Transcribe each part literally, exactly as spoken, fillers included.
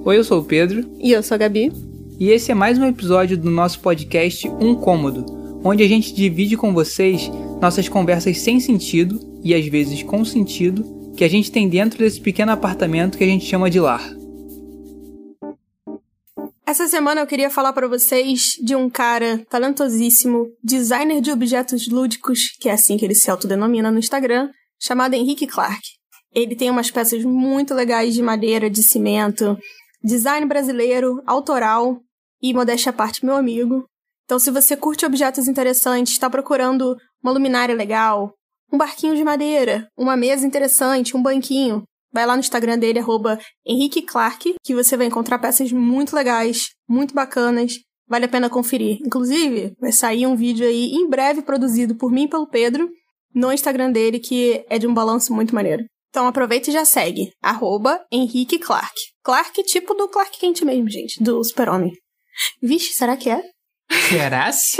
Oi, eu sou o Pedro. E eu sou a Gabi. E esse é mais um episódio do nosso podcast Um Cômodo, onde a gente divide com vocês nossas conversas sem sentido, e às vezes com sentido, que a gente tem dentro desse pequeno apartamento que a gente chama de lar. Essa semana eu queria falar pra vocês de um cara talentosíssimo, designer de objetos lúdicos, que é assim que ele se autodenomina no Instagram, chamado Henrique Clark. Ele tem umas peças muito legais de madeira, de cimento, design brasileiro, autoral e, modéstia à parte, meu amigo. Então, se você curte objetos interessantes, está procurando uma luminária legal, um barquinho de madeira, uma mesa interessante, um banquinho, vai lá no Instagram dele, arroba Henrique Clark, que você vai encontrar peças muito legais, muito bacanas, vale a pena conferir. Inclusive, vai sair um vídeo aí em breve produzido por mim e pelo Pedro, no Instagram dele, que é de um balanço muito maneiro. Então aproveita e já segue, arroba Henrique Clark. Clark tipo do Clark Kent mesmo, gente, do Super-Homem. Vixe, será que é? Será-se?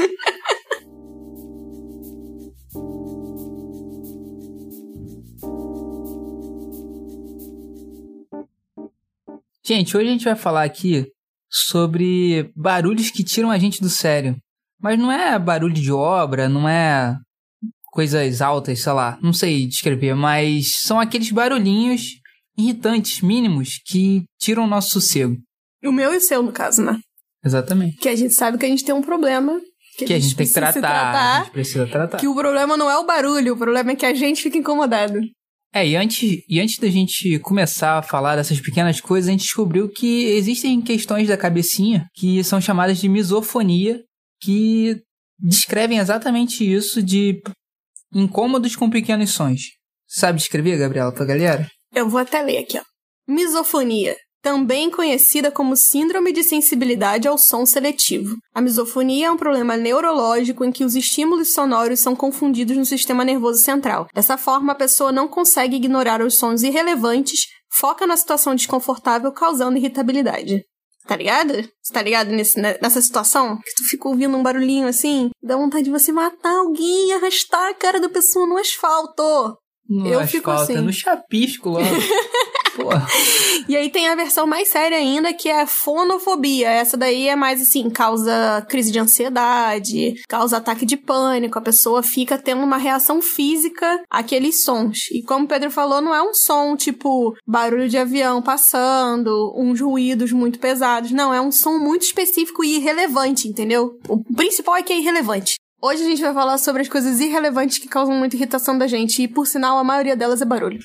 Gente, hoje a gente vai falar aqui sobre barulhos que tiram a gente do sério. Mas não é barulho de obra, não é coisas altas, sei lá, não sei descrever, mas são aqueles barulhinhos irritantes, mínimos, que tiram o nosso sossego. O meu e o seu, no caso, né? Exatamente. Que a gente sabe que a gente tem um problema. Que, que a gente, a gente tem que tratar, tratar. A gente precisa tratar. Que o problema não é o barulho, o problema é que a gente fica incomodado. É, e antes, e antes da gente começar a falar dessas pequenas coisas, a gente descobriu que existem questões da cabecinha que são chamadas de misofonia, que descrevem exatamente isso de incômodos com pequenos sons. Sabe descrever, Gabriela, pra galera? Eu vou até ler aqui, ó. Misofonia, também conhecida como síndrome de sensibilidade ao som seletivo. A misofonia é um problema neurológico em que os estímulos sonoros são confundidos no sistema nervoso central. Dessa forma, a pessoa não consegue ignorar os sons irrelevantes, foca na situação desconfortável, causando irritabilidade. Tá ligado? Você tá ligado nesse, nessa situação? Que tu fica ouvindo um barulhinho assim, dá vontade de você matar alguém e arrastar a cara da pessoa no asfalto. No Eu asfalto, fico assim. É no chapisco logo. Porra. E aí tem a versão mais séria ainda, que é a fonofobia. Essa daí é mais assim, causa crise de ansiedade, causa ataque de pânico, a pessoa fica tendo uma reação física àqueles sons. E como o Pedro falou, não é um som tipo barulho de avião passando, uns ruídos muito pesados. Não, é um som muito específico e irrelevante, entendeu? O principal é que é irrelevante. Hoje a gente vai falar sobre as coisas irrelevantes que causam muita irritação da gente, e por sinal a maioria delas é barulho.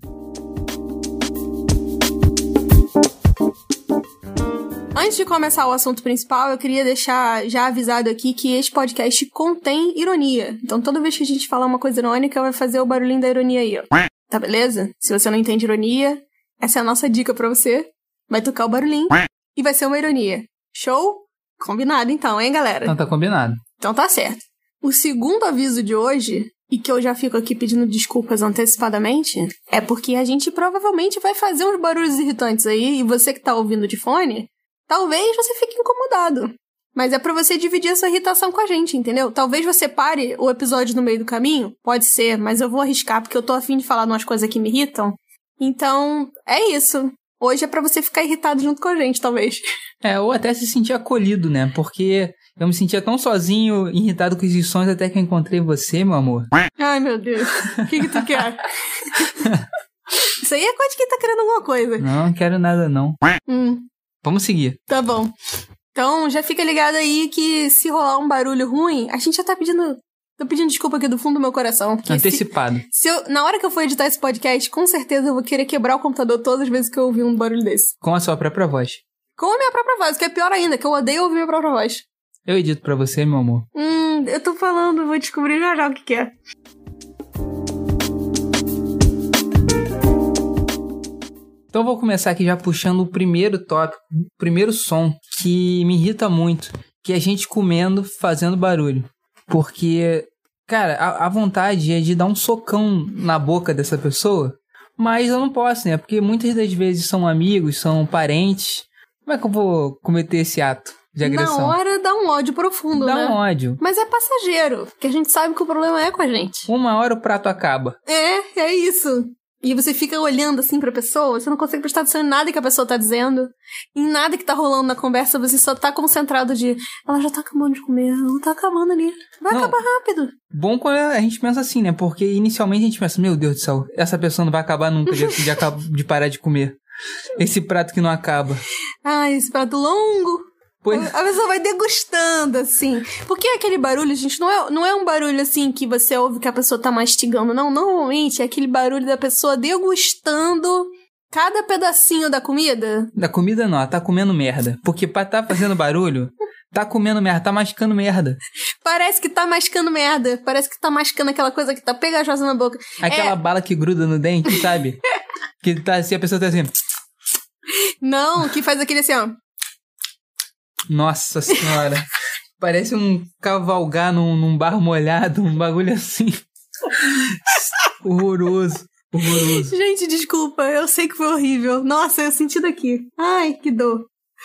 Antes de começar o assunto principal, eu queria deixar já avisado aqui que este podcast contém ironia. Então toda vez que a gente falar uma coisa irônica, vai fazer o barulhinho da ironia aí, ó. Tá beleza? Se você não entende ironia, essa é a nossa dica pra você. Vai tocar o barulhinho e vai ser uma ironia. Show? Combinado então, hein, galera? Então tá combinado. Então tá certo. O segundo aviso de hoje, e que eu já fico aqui pedindo desculpas antecipadamente, é porque a gente provavelmente vai fazer uns barulhos irritantes aí, e você que tá ouvindo de fone, talvez você fique incomodado. Mas é pra você dividir essa irritação com a gente, entendeu? Talvez você pare o episódio no meio do caminho, pode ser, mas eu vou arriscar porque eu tô afim de falar de umas coisas que me irritam. Então, é isso. Hoje é pra você ficar irritado junto com a gente, talvez. É, ou até se sentir acolhido, né? Porque eu me sentia tão sozinho, irritado com esses sons, até que eu encontrei você, meu amor. Ai, meu Deus. O que que tu quer? Isso aí é coisa de quem tá querendo alguma coisa. Não, não quero nada, não. Hum. Vamos seguir. Tá bom. Então, já fica ligado aí que se rolar um barulho ruim, a gente já tá pedindo... Tô pedindo desculpa aqui do fundo do meu coração. Antecipado. Se, se eu, na hora que eu for editar esse podcast, com certeza eu vou querer quebrar o computador todas as vezes que eu ouvir um barulho desse. Com a sua própria voz. Com a minha própria voz, que é pior ainda, que eu odeio ouvir minha própria voz. Eu edito pra você, meu amor. Hum, eu tô falando, vou descobrir já já o que que é. Então eu vou começar aqui já puxando o primeiro tópico, o primeiro som que me irrita muito, que é a gente comendo, fazendo barulho. Porque, cara, a, a vontade é de dar um socão na boca dessa pessoa, mas eu não posso, né? Porque muitas das vezes são amigos, são parentes. Como é que eu vou cometer esse ato de agressão? Na hora dá um ódio profundo, dá né? Dá um ódio. Mas é passageiro, porque a gente sabe que o problema é com a gente. Uma hora o prato acaba. É, é isso. E você fica olhando assim pra pessoa, você não consegue prestar atenção em nada que a pessoa tá dizendo, em nada que tá rolando na conversa, você só tá concentrado de, ela já tá acabando de comer, ela tá acabando ali, vai não, acabar rápido. Bom quando a gente pensa assim, né? Porque inicialmente a gente pensa, meu Deus do céu, essa pessoa não vai acabar nunca de, de, de parar de comer. Esse prato que não acaba. Ah, esse prato longo. Pois... A pessoa vai degustando, assim. Porque aquele barulho, gente, não é, não é um barulho, assim, que você ouve que a pessoa tá mastigando, não. Normalmente é aquele barulho da pessoa degustando cada pedacinho da comida. Da comida não, ela tá comendo merda. Porque pra tá fazendo barulho, tá comendo merda, tá mascando merda. Parece que tá mascando merda. Parece que tá mascando aquela coisa que tá pegajosa na boca. Aquela é... bala que gruda no dente, sabe? Que tá assim, a pessoa tá assim... Não, que faz aquele assim, ó... Nossa senhora, parece um cavalgar num, num barro molhado, um bagulho assim. Horroroso, horroroso. Gente, desculpa, eu sei que foi horrível. Nossa, eu senti daqui. Ai, que dor.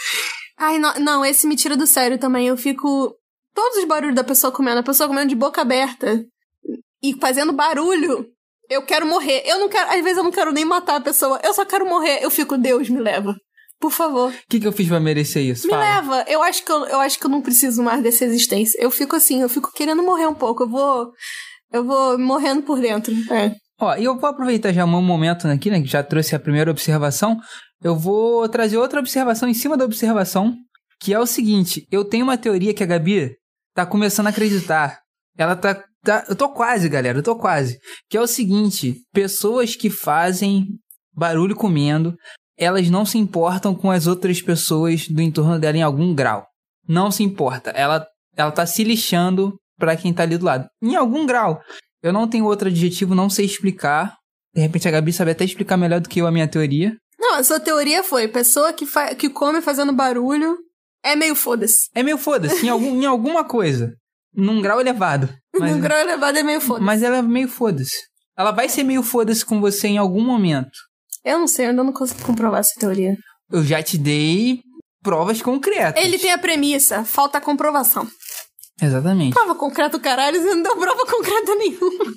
Ai, não, não, esse me tira do sério também. Eu fico... Todos os barulhos da pessoa comendo, a pessoa comendo de boca aberta e fazendo barulho. Eu quero morrer. Eu não quero... Às vezes eu não quero nem matar a pessoa. Eu só quero morrer. Eu fico, Deus, me leva. Por favor. O que, que eu fiz pra merecer isso? Me Fala. leva. Eu acho, que eu, eu acho que eu não preciso mais dessa existência. Eu fico assim, eu fico querendo morrer um pouco. Eu vou... Eu vou morrendo por dentro. É. Ó, e eu vou aproveitar já um momento aqui, né? Que já trouxe a primeira observação. Eu vou trazer outra observação em cima da observação. Que é o seguinte. Eu tenho uma teoria que a Gabi tá começando a acreditar. Ela tá... tá eu tô quase, galera. Eu tô quase. Que é o seguinte. Pessoas que fazem barulho comendo... elas não se importam com as outras pessoas do entorno dela em algum grau. Não se importa. Ela, ela tá se lixando pra quem tá ali do lado. Em algum grau. Eu não tenho outro adjetivo, não sei explicar. De repente a Gabi sabe até explicar melhor do que eu a minha teoria. Não, a sua teoria foi, pessoa que, fa- que come fazendo barulho é meio foda-se. É meio foda-se, em, algum, em alguma coisa. Num grau elevado. Mas, Num grau elevado é meio foda-se. Mas ela é meio foda-se. Ela vai ser meio foda-se com você em algum momento. Eu não sei, eu ainda não consigo comprovar essa teoria. Eu já te dei provas concretas. Ele tem a premissa, falta a comprovação. Exatamente. Prova concreta, caralho, você não deu prova concreta nenhuma.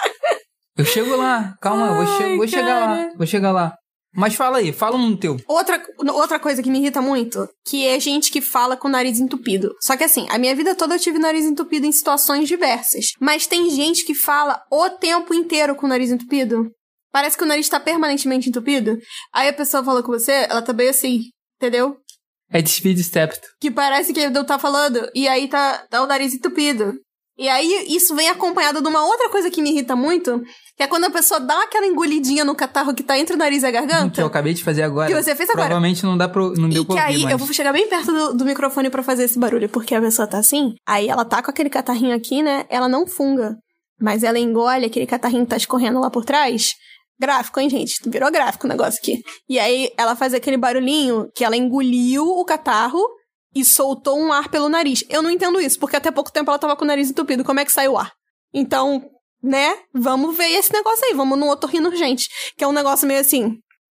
Eu chego lá, calma, Ai, vou, che- vou chegar lá, vou chegar lá. Mas fala aí, fala um teu. Outra, outra coisa que me irrita muito, que é gente que fala com o nariz entupido. Só que assim, a minha vida toda eu tive nariz entupido em situações diversas. Mas tem gente que fala o tempo inteiro com o nariz entupido. Parece que o nariz tá permanentemente entupido. Aí a pessoa fala com você, ela tá bem assim, entendeu? É de speed step. Que parece que eu tá falando, e aí tá, tá o nariz entupido. E aí isso vem acompanhado de uma outra coisa que me irrita muito, que é quando a pessoa dá aquela engolidinha no catarro que tá entre o nariz e a garganta. Que eu acabei de fazer agora. Que você fez agora. Provavelmente não, dá pro, não deu e pra que ouvir, aí mas... eu vou chegar bem perto do, do microfone pra fazer esse barulho, porque a pessoa tá assim, aí ela tá com aquele catarrinho aqui, né? Ela não funga, mas ela engole aquele catarrinho que tá escorrendo lá por trás. Gráfico, hein, gente? Virou gráfico o negócio aqui. E aí ela faz aquele barulhinho que ela engoliu o catarro e soltou um ar pelo nariz. Eu não entendo isso, porque até pouco tempo ela tava com o nariz entupido. Como é que sai o ar? Então, né? Vamos ver esse negócio aí. Vamos no otorrino urgente. Que é um negócio meio assim...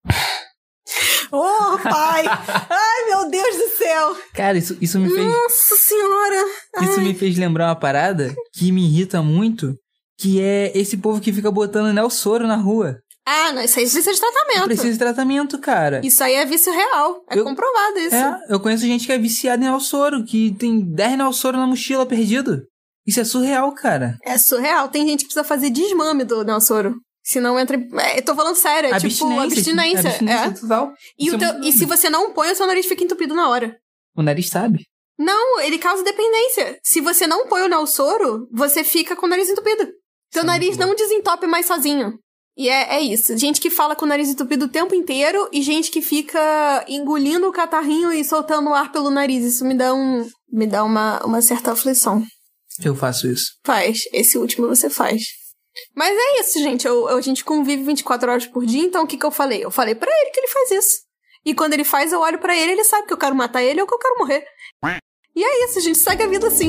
Oh, pai! Ai, meu Deus do céu! Cara, isso, isso me fez... Nossa senhora! Isso Ai. me fez lembrar uma parada que me irrita muito, que é esse povo que fica botando Nelsoro na rua. Ah, não, isso aí precisa de tratamento. Precisa de tratamento, cara. Isso aí é vício real. É eu, comprovado isso. É, eu conheço gente que é viciada em Nelsoro, que tem dez Nelsoro na mochila perdido. Isso é surreal, cara. É surreal. Tem gente que precisa fazer desmame do Nelsoro. Se não entra... É, eu tô falando sério, é abstinência, tipo abstinência. Abstinência é. total. E, o teu, é e se você não põe, o seu nariz fica entupido na hora. O nariz sabe? Não, ele causa dependência. Se você não põe o Nelsoro, você fica com o nariz entupido. Seu Sim, nariz não desentope mais sozinho. E é, é isso. Gente que fala com o nariz entupido o tempo inteiro e gente que fica engolindo o catarrinho e soltando o ar pelo nariz. Isso me dá um... Me dá uma, uma certa aflição. Eu faço isso. Faz. Esse último você faz. Mas é isso, gente. Eu, eu, a gente convive vinte e quatro horas por dia, então o que que eu falei? Eu falei pra ele que ele faz isso. E quando ele faz, eu olho pra ele, ele sabe que eu quero matar ele ou que eu quero morrer. E é isso, a gente segue a vida assim.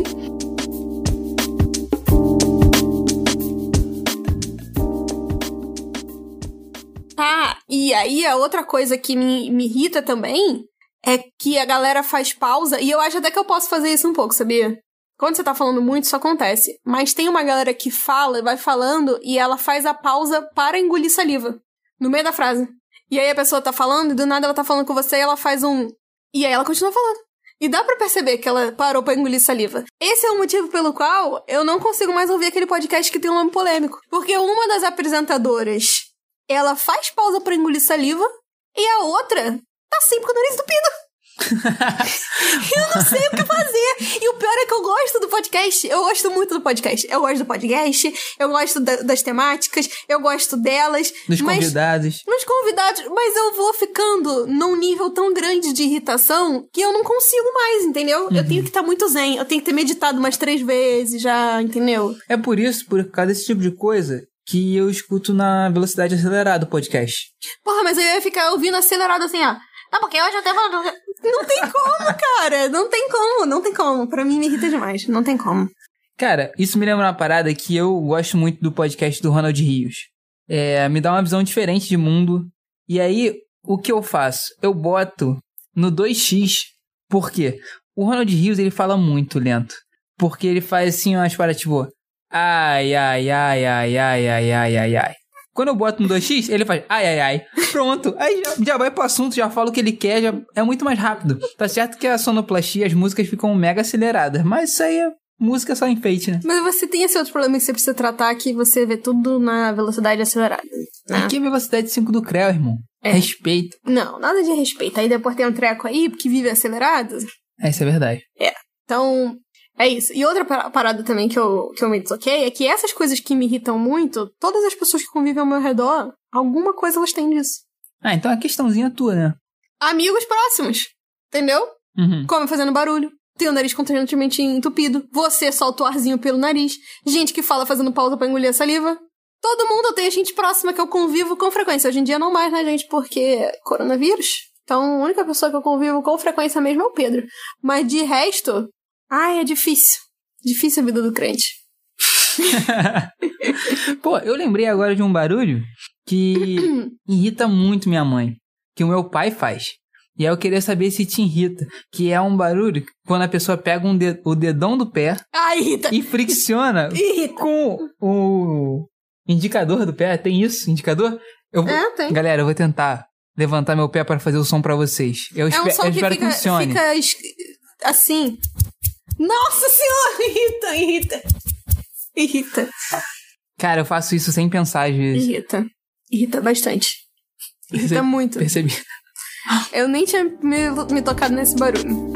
Ah, e aí a outra coisa que me, me irrita também é que a galera faz pausa, e eu acho até que eu posso fazer isso um pouco, sabia? Quando você tá falando muito, isso acontece. Mas tem uma galera que fala, vai falando, e ela faz a pausa para engolir saliva. No meio da frase. E aí a pessoa tá falando, e do nada ela tá falando com você e ela faz um... E aí ela continua falando. E dá pra perceber que ela parou pra engolir saliva. Esse é o motivo pelo qual eu não consigo mais ouvir aquele podcast que tem um nome polêmico. Porque uma das apresentadoras, ela faz pausa pra engolir saliva, e a outra tá sempre com o nariz entupido. Eu não sei o que fazer. E o pior é que eu gosto do podcast. Eu gosto muito do podcast. Eu gosto do podcast, eu gosto da, das temáticas, eu gosto delas. Dos mas, convidados. Nos convidados. Mas eu vou ficando num nível tão grande de irritação que eu não consigo mais, entendeu? Uhum. Eu tenho que estar muito zen. Eu tenho que ter meditado umas três vezes já, entendeu? É por isso, por causa desse tipo de coisa, que eu escuto na velocidade acelerada o podcast. Porra, mas eu ia ficar ouvindo acelerado assim, ó. Não, porque hoje eu até vou... Não tem como, cara. Não tem como, não tem como. Pra mim me irrita demais. Não tem como. Cara, isso me lembra uma parada que eu gosto muito do podcast do Ronald Rios. É, me dá uma visão diferente de mundo. E aí, o que eu faço? Eu boto no dois x. Por quê? O Ronald Rios, ele fala muito lento. Porque ele faz assim umas paradas tipo... Ai, ai, ai, ai, ai, ai, ai, ai, ai. Quando eu boto no dois x, ele faz ai, ai, ai. Pronto. Aí já, já vai pro assunto, já fala o que ele quer, já é muito mais rápido. Tá certo que a sonoplastia, as músicas ficam mega aceleradas, mas isso aí é música só enfeite, né? Mas você tem esse outro problema que você precisa tratar, que você vê tudo na velocidade acelerada. Né? Aqui é velocidade cinco do Creu, irmão. É. Respeito. Não, nada de respeito. Aí depois tem um treco aí, que vive acelerado. É, isso é verdade. É. Então... É isso. E outra parada também que eu, que eu me desloquei é que essas coisas que me irritam muito, todas as pessoas que convivem ao meu redor, alguma coisa elas têm disso. Ah, então é questãozinha tua, né? Amigos próximos. Entendeu? Uhum. Come fazendo barulho. Tem o nariz constantemente entupido. Você solta o arzinho pelo nariz. Gente que fala fazendo pausa pra engolir a saliva. Todo mundo tem gente próxima que eu convivo com frequência. Hoje em dia não mais, né, gente? Porque coronavírus. Então a única pessoa que eu convivo com frequência mesmo é o Pedro. Mas de resto... Ai, é difícil. Difícil a vida do crente. Pô, eu lembrei agora de um barulho que irrita muito minha mãe. Que o meu pai faz. E aí eu queria saber se te irrita. Que é um barulho quando a pessoa pega um de- o dedão do pé ah, irrita. e fricciona irrita. com o indicador do pé. Tem isso? Indicador? Eu vou... É, tem. Galera, eu vou tentar levantar meu pé para fazer o som pra vocês. Eu, é espe- um som eu que espero fica, que funcione. Fica es- assim... Nossa senhora, irrita, irrita. Irrita. Cara, eu faço isso sem pensar às vezes. Irrita. Irrita bastante. Irrita Perce- muito. Percebi. Eu nem tinha me, me tocado nesse barulho.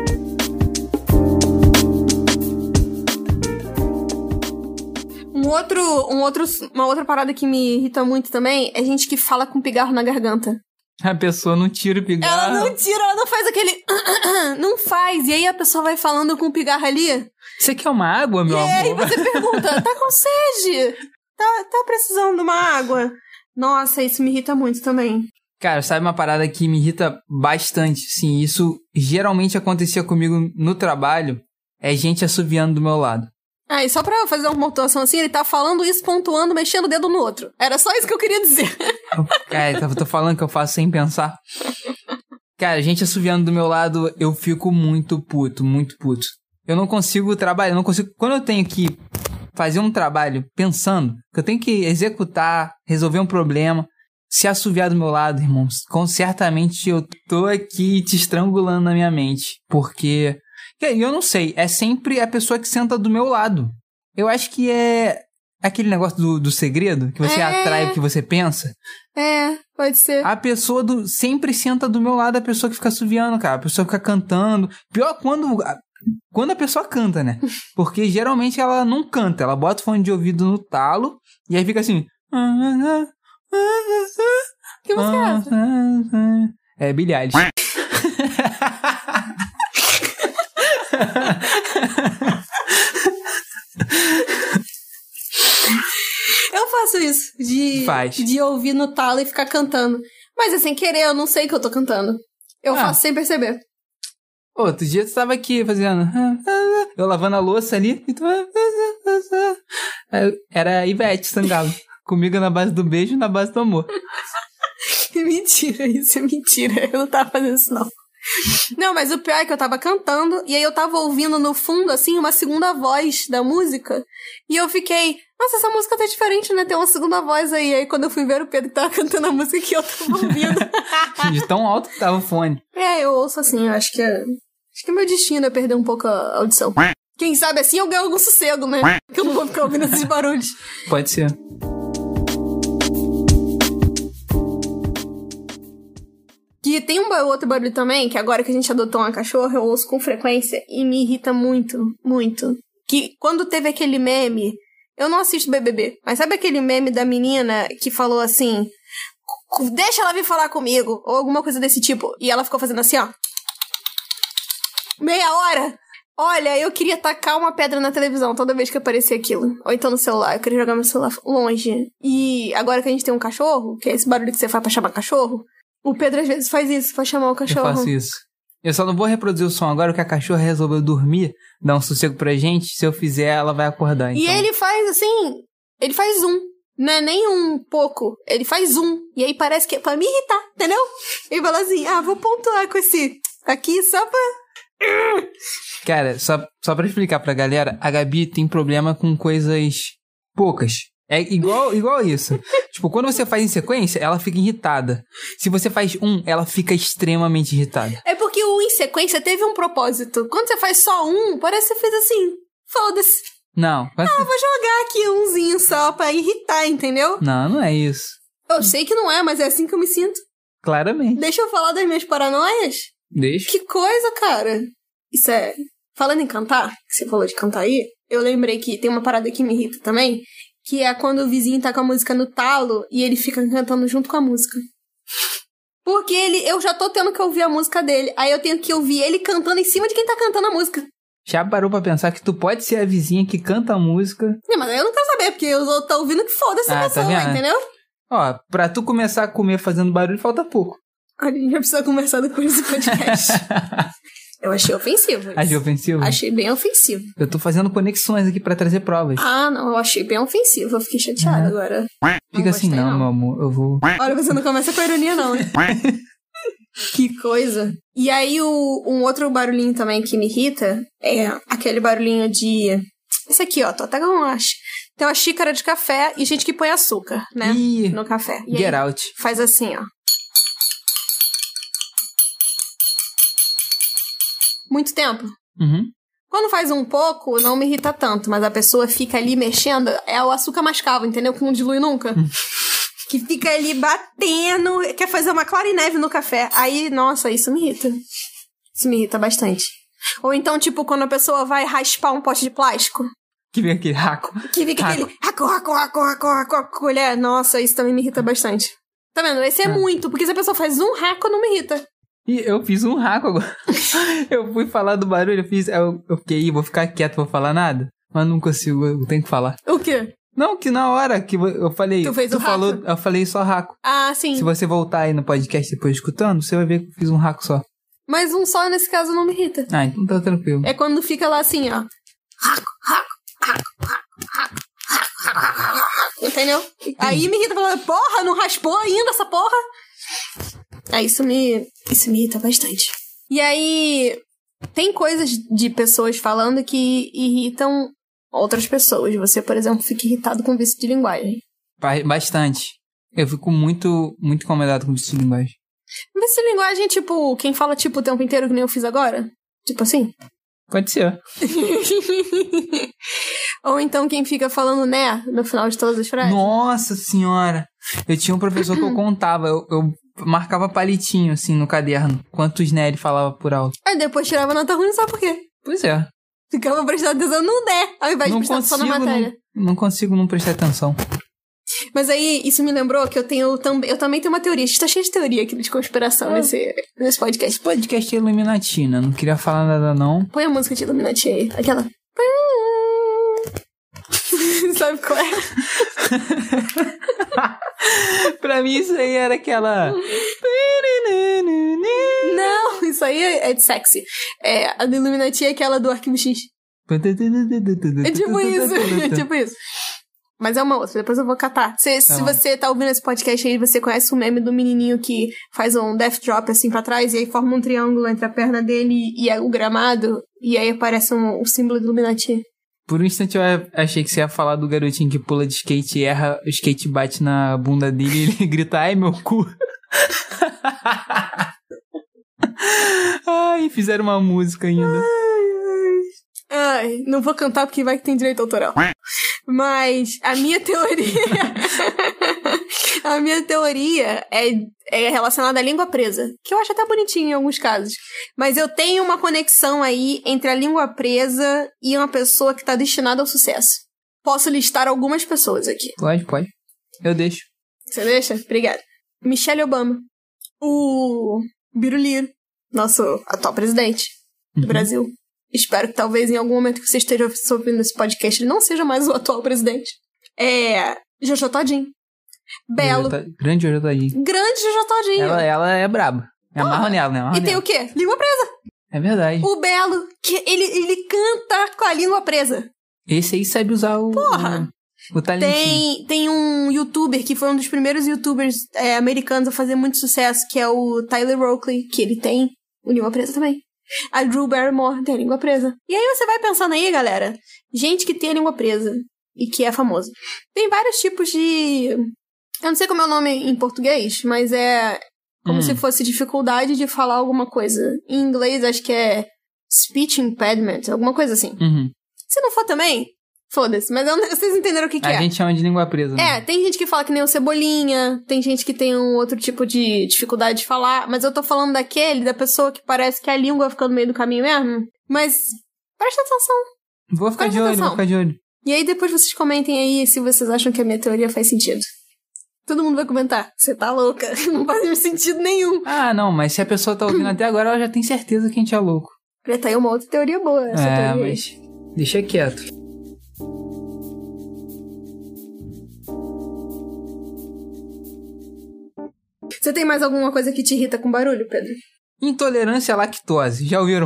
Um outro, um outro, uma outra parada que me irrita muito também é gente que fala com pigarro na garganta. A pessoa não tira o pigarro. Ela não tira, ela não faz aquele... Não faz. E aí a pessoa vai falando com o pigarro ali. Você quer uma água, meu e amor? E aí você pergunta, tá com sede? Tá, tá precisando de uma água? Nossa, isso me irrita muito também. Cara, sabe uma parada que me irrita bastante? Sim, isso geralmente acontecia comigo no trabalho. É gente assoviando do meu lado. Ah, e só pra fazer uma pontuação assim, ele tá falando isso, pontuando, mexendo o dedo no outro. Era só isso que eu queria dizer. Cara, eu tô falando que eu faço sem pensar. Cara, gente assoviando do meu lado, eu fico muito puto, muito puto. Eu não consigo trabalhar, eu não consigo... Quando eu tenho que fazer um trabalho pensando, que eu tenho que executar, resolver um problema, se assoviar do meu lado, irmãos, com certamente eu tô aqui te estrangulando na minha mente. Porque... Eu não sei, é sempre a pessoa que senta do meu lado. Eu acho que é aquele negócio do, do segredo, que você é. atrai o que você pensa. É, pode ser. A pessoa do, sempre senta do meu lado, a pessoa que fica assoviando, cara. A pessoa fica cantando. Pior quando, quando a pessoa canta, né? Porque geralmente ela não canta, ela bota o fone de ouvido no talo e aí fica assim... Que música é essa? É Billie Eilish. Eu faço isso, de, Faz. de ouvir no talo e ficar cantando. Mas é sem querer, eu não sei que eu tô cantando. Eu ah. faço sem perceber. Outro dia tu tava aqui fazendo... Eu lavando a louça ali e tu... Era a Ivete Sangalo. Comigo na base do beijo e na base do amor. Mentira, isso é mentira. Eu não tava fazendo isso, não. Não, mas o pior é que eu tava cantando, e aí eu tava ouvindo no fundo, assim, uma segunda voz da música, e eu fiquei, nossa, essa música tá diferente, né? Tem uma segunda voz aí. Aí quando eu fui ver o Pedro que tava cantando a música que eu tava ouvindo. De tão alto que tava o fone. É, eu ouço assim, eu acho que é... Acho que é meu destino é perder um pouco a audição. Quem sabe assim eu ganho algum sossego, né? Que eu não vou ficar ouvindo esses barulhos. Pode ser. E tem um outro barulho também, que agora que a gente adotou uma cachorra, eu ouço com frequência e me irrita muito, muito. Que quando teve aquele meme, eu não assisto B B B, mas sabe aquele meme da menina que falou assim, deixa ela vir falar comigo, ou alguma coisa desse tipo, e ela ficou fazendo assim, ó, meia hora. Olha, eu queria tacar uma pedra na televisão toda vez que aparecia aquilo. Ou então no celular. Eu queria jogar meu celular longe. E agora que a gente tem um cachorro, que é esse barulho que você faz pra chamar cachorro, o Pedro às vezes faz isso pra chamar o cachorro. Eu faço isso. Eu só não vou reproduzir o som agora, que a cachorra resolveu dormir, dar um sossego pra gente. Se eu fizer, ela vai acordar. Então. E ele faz assim, ele faz um. Não é nem um pouco. Ele faz um. E aí parece que é pra me irritar, entendeu? Ele fala assim, ah, vou pontuar com esse aqui só pra... Cara, só, só pra explicar pra galera, a Gabi tem problema com coisas poucas. É igual, igual isso. Tipo, quando você faz em sequência, ela fica irritada. Se você faz um, ela fica extremamente irritada. É porque o em sequência teve um propósito. Quando você faz só um, parece que você fez assim, foda-se. Não. Mas... Ah, vou jogar aqui umzinho só pra irritar, entendeu? Não, não é isso. Eu sei que não é, mas é assim que eu me sinto. Claramente. Deixa eu falar das minhas paranoias? Deixa. Que coisa, cara. Isso é... Falando em cantar, que você falou de cantar aí, eu lembrei que tem uma parada que me irrita também, que é quando o vizinho tá com a música no talo e ele fica cantando junto com a música. Porque ele, eu já tô tendo que ouvir a música dele, aí eu tenho que ouvir ele cantando em cima de quem tá cantando a música. Já parou pra pensar que tu pode ser a vizinha que canta a música? Não, mas eu não quero saber, porque eu tô ouvindo que foda-se a ah, pessoa, tá entendeu? Ó, pra tu começar a comer fazendo barulho, falta pouco. A gente já precisa conversar depois do podcast. Eu achei ofensivo. Achei ofensivo? Achei bem ofensivo. Eu tô fazendo conexões aqui pra trazer provas. Ah, não, eu achei bem ofensivo. Eu fiquei chateada uhum. agora. Fica não assim, não, não, meu amor. Eu vou... Olha, você não começa com a ironia, não, né? Que coisa. E aí, o, um outro barulhinho também que me irrita é aquele barulhinho de... Esse aqui, ó. Tô até com uma... Tem uma xícara de café e gente que põe açúcar, né? Ih, no café. E get aí, out. Faz assim, ó. Muito tempo. Uhum. Quando faz um pouco, não me irrita tanto, mas a pessoa fica ali mexendo, é o açúcar mascavo, entendeu? Que não dilui nunca. Que fica ali batendo, quer fazer uma clara e neve no café. Aí, nossa, isso me irrita. Isso me irrita bastante. Ou então, tipo, quando a pessoa vai raspar um pote de plástico. Que vem aquele raco. Que fica raco. aquele raco, raco, raco, raco, raco, raco, colher. Nossa, isso também me irrita bastante. Tá vendo? Esse é ah. muito, porque se a pessoa faz um raco, não me irrita. E eu fiz um raco agora. Eu fui falar do barulho, eu fiz... Eu, eu fiquei, vou ficar quieto, vou falar nada. Mas não consigo, eu tenho que falar. O quê? Não, que na hora que eu falei... Tu fez tu o falou, raco? Eu falei só raco. Ah, sim. Se você voltar aí no podcast depois escutando, você vai ver que eu fiz um raco só. Mas um só, nesse caso, não me irrita. Ah, então tá tranquilo. É quando fica lá assim, ó. Raco, raco, raco, raco, raco, raco, raco, raco. Entendeu? Sim. Aí me irrita falando, porra, não raspou ainda essa porra? Aí isso me, isso me irrita bastante. E aí, tem coisas de pessoas falando que irritam outras pessoas. Você, por exemplo, fica irritado com vício de linguagem. Bastante. Eu fico muito, muito incomodado com vício de linguagem. Vício de linguagem, tipo, quem fala tipo o tempo inteiro que nem eu fiz agora? Tipo assim? Pode ser. Ou então quem fica falando né no final de todas as frases. Nossa senhora! Eu tinha um professor que eu contava, eu, eu marcava palitinho assim no caderno, quantos né ele falava por aula. Aí depois tirava nota ruim, sabe por quê? Pois é. Ficava prestando atenção no né, ao invés de prestar atenção na matéria. Não, não consigo não prestar atenção. Mas aí, isso me lembrou que eu tenho também. Eu também tenho uma teoria. A gente tá cheio de teoria aqui de conspiração ah. nesse, nesse podcast. Esse podcast é Illuminatina. Não queria falar nada, não. Põe a música de Illuminati aí. Aquela. Sabe qual é? Pra mim, isso aí era aquela. Não, isso aí é de sexy. É, a do Illuminati é aquela do Arquivo X. É tipo isso. É tipo isso. Mas é uma outra, depois eu vou catar. Se, Tá se bom. você tá ouvindo esse podcast aí, você conhece o meme do menininho que faz um death drop assim pra trás, e aí forma um triângulo entre a perna dele e o gramado, e aí aparece um, o símbolo do Illuminati. Por um instante eu achei que você ia falar do garotinho que pula de skate e erra, o skate bate na bunda dele e ele grita, ai meu cu. Ai, fizeram uma música ainda. Ai, não vou cantar porque vai que tem direito autoral. Mas a minha teoria... a minha teoria é, é relacionada à língua presa. Que eu acho até bonitinho em alguns casos. Mas eu tenho uma conexão aí entre a língua presa e uma pessoa que tá destinada ao sucesso. Posso listar algumas pessoas aqui. Pode, pode. Eu deixo. Você deixa? Obrigada. Michelle Obama. O Biruliro. Nosso atual presidente do Uhum. Brasil. Espero que talvez em algum momento que você esteja ouvindo esse podcast ele não seja mais o atual presidente. É... Jojo Todinho. Belo. Jojo, grande Jojo Todinho. Grande Jojo Todinho. Ela, ela é braba. É amarra nela, né? Amarra E tem nela. o quê? Língua presa. É verdade. O Belo, que ele, ele canta com a língua presa. Esse aí sabe usar o... Porra! O, o talentinho. Tem, tem um youtuber que foi um dos primeiros youtubers é, americanos a fazer muito sucesso, que é o Tyler Oakley, que ele tem o língua presa também. A Drew Barrymore tem a língua presa. E aí você vai pensando aí, galera, gente que tem a língua presa e que é famoso. Tem vários tipos de... Eu não sei como é o nome em português, mas é como Hum. se fosse dificuldade de falar alguma coisa. Em inglês, acho que é speech impediment, alguma coisa assim. Uhum. Se não for também, foda-se. Mas eu não- vocês entenderam o que, que A é. gente chama de língua presa. né? É, tem gente que fala que nem o Cebolinha, tem gente que tem um outro tipo de dificuldade de falar, mas eu tô falando daquele, da pessoa que parece que a língua fica no meio do caminho mesmo. Mas presta atenção. Vou ficar Presta de olho, atenção. vou ficar de olho. E aí depois vocês comentem aí se vocês acham que a minha teoria faz sentido. Todo mundo vai comentar. Você tá louca. Não faz sentido nenhum. Ah, não, mas se a pessoa tá ouvindo até agora, ela já tem certeza que a gente é louco. Já tá aí uma outra teoria boa, essa É, teoria. mas deixa quieto. Você tem mais alguma coisa que te irrita com barulho, Pedro? Intolerância à lactose, já ouviram?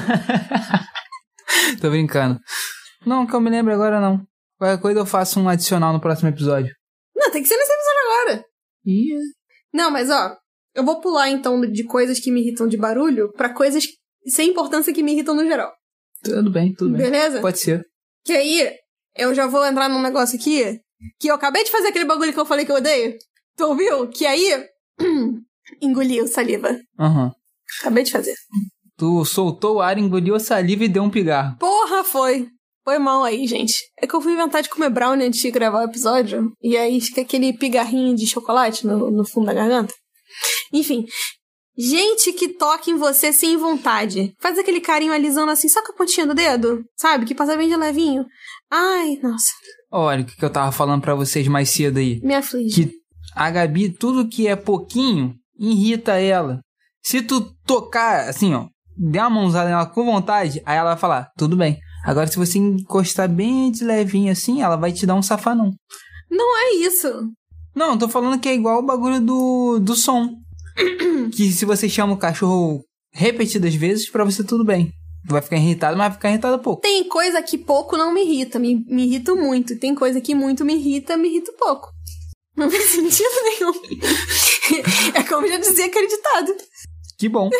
Tô brincando. Não, que eu me lembro agora não. Qualquer coisa eu faço um adicional no próximo episódio. Não, tem que ser nesse episódio agora. Ih, Não, mas ó, eu vou pular então de coisas que me irritam de barulho pra coisas sem importância que me irritam no geral. tudo bem, tudo bem. Beleza? Pode ser. Que aí, eu já vou entrar num negócio aqui, que eu acabei de fazer aquele bagulho que eu falei que eu odeio. Tu ouviu? Que aí, engoliu saliva. Aham. Acabei de fazer. Tu soltou o ar, engoliu a saliva e deu um pigarro. Porra, foi. Foi mal aí, gente. É que eu fui inventar de comer brownie antes de gravar o episódio, e aí fica aquele pigarrinho de chocolate no, no fundo da garganta. Enfim. Gente que toca em você sem vontade. Faz aquele carinho alisando assim, só com a pontinha do dedo, sabe? Que passa bem de levinho. Ai, nossa. Olha o que que eu tava falando pra vocês mais cedo aí. Me aflige. Que a Gabi, tudo que é pouquinho, irrita ela. Se tu tocar, assim, ó, der uma mãozada nela com vontade, aí ela vai falar, tudo bem. Agora, se você encostar bem de levinho assim, ela vai te dar um safanão. Não é isso. Não, eu tô falando que é igual o bagulho do, do som. Que se você chama o cachorro repetidas vezes, pra você tudo bem. Tu vai ficar irritado, mas vai ficar irritado pouco. Tem coisa que pouco não me irrita, me, me irrita muito. Tem coisa que muito me irrita, me irrita pouco. Não faz sentido nenhum. É como já dizia aquele ditado. Que bom.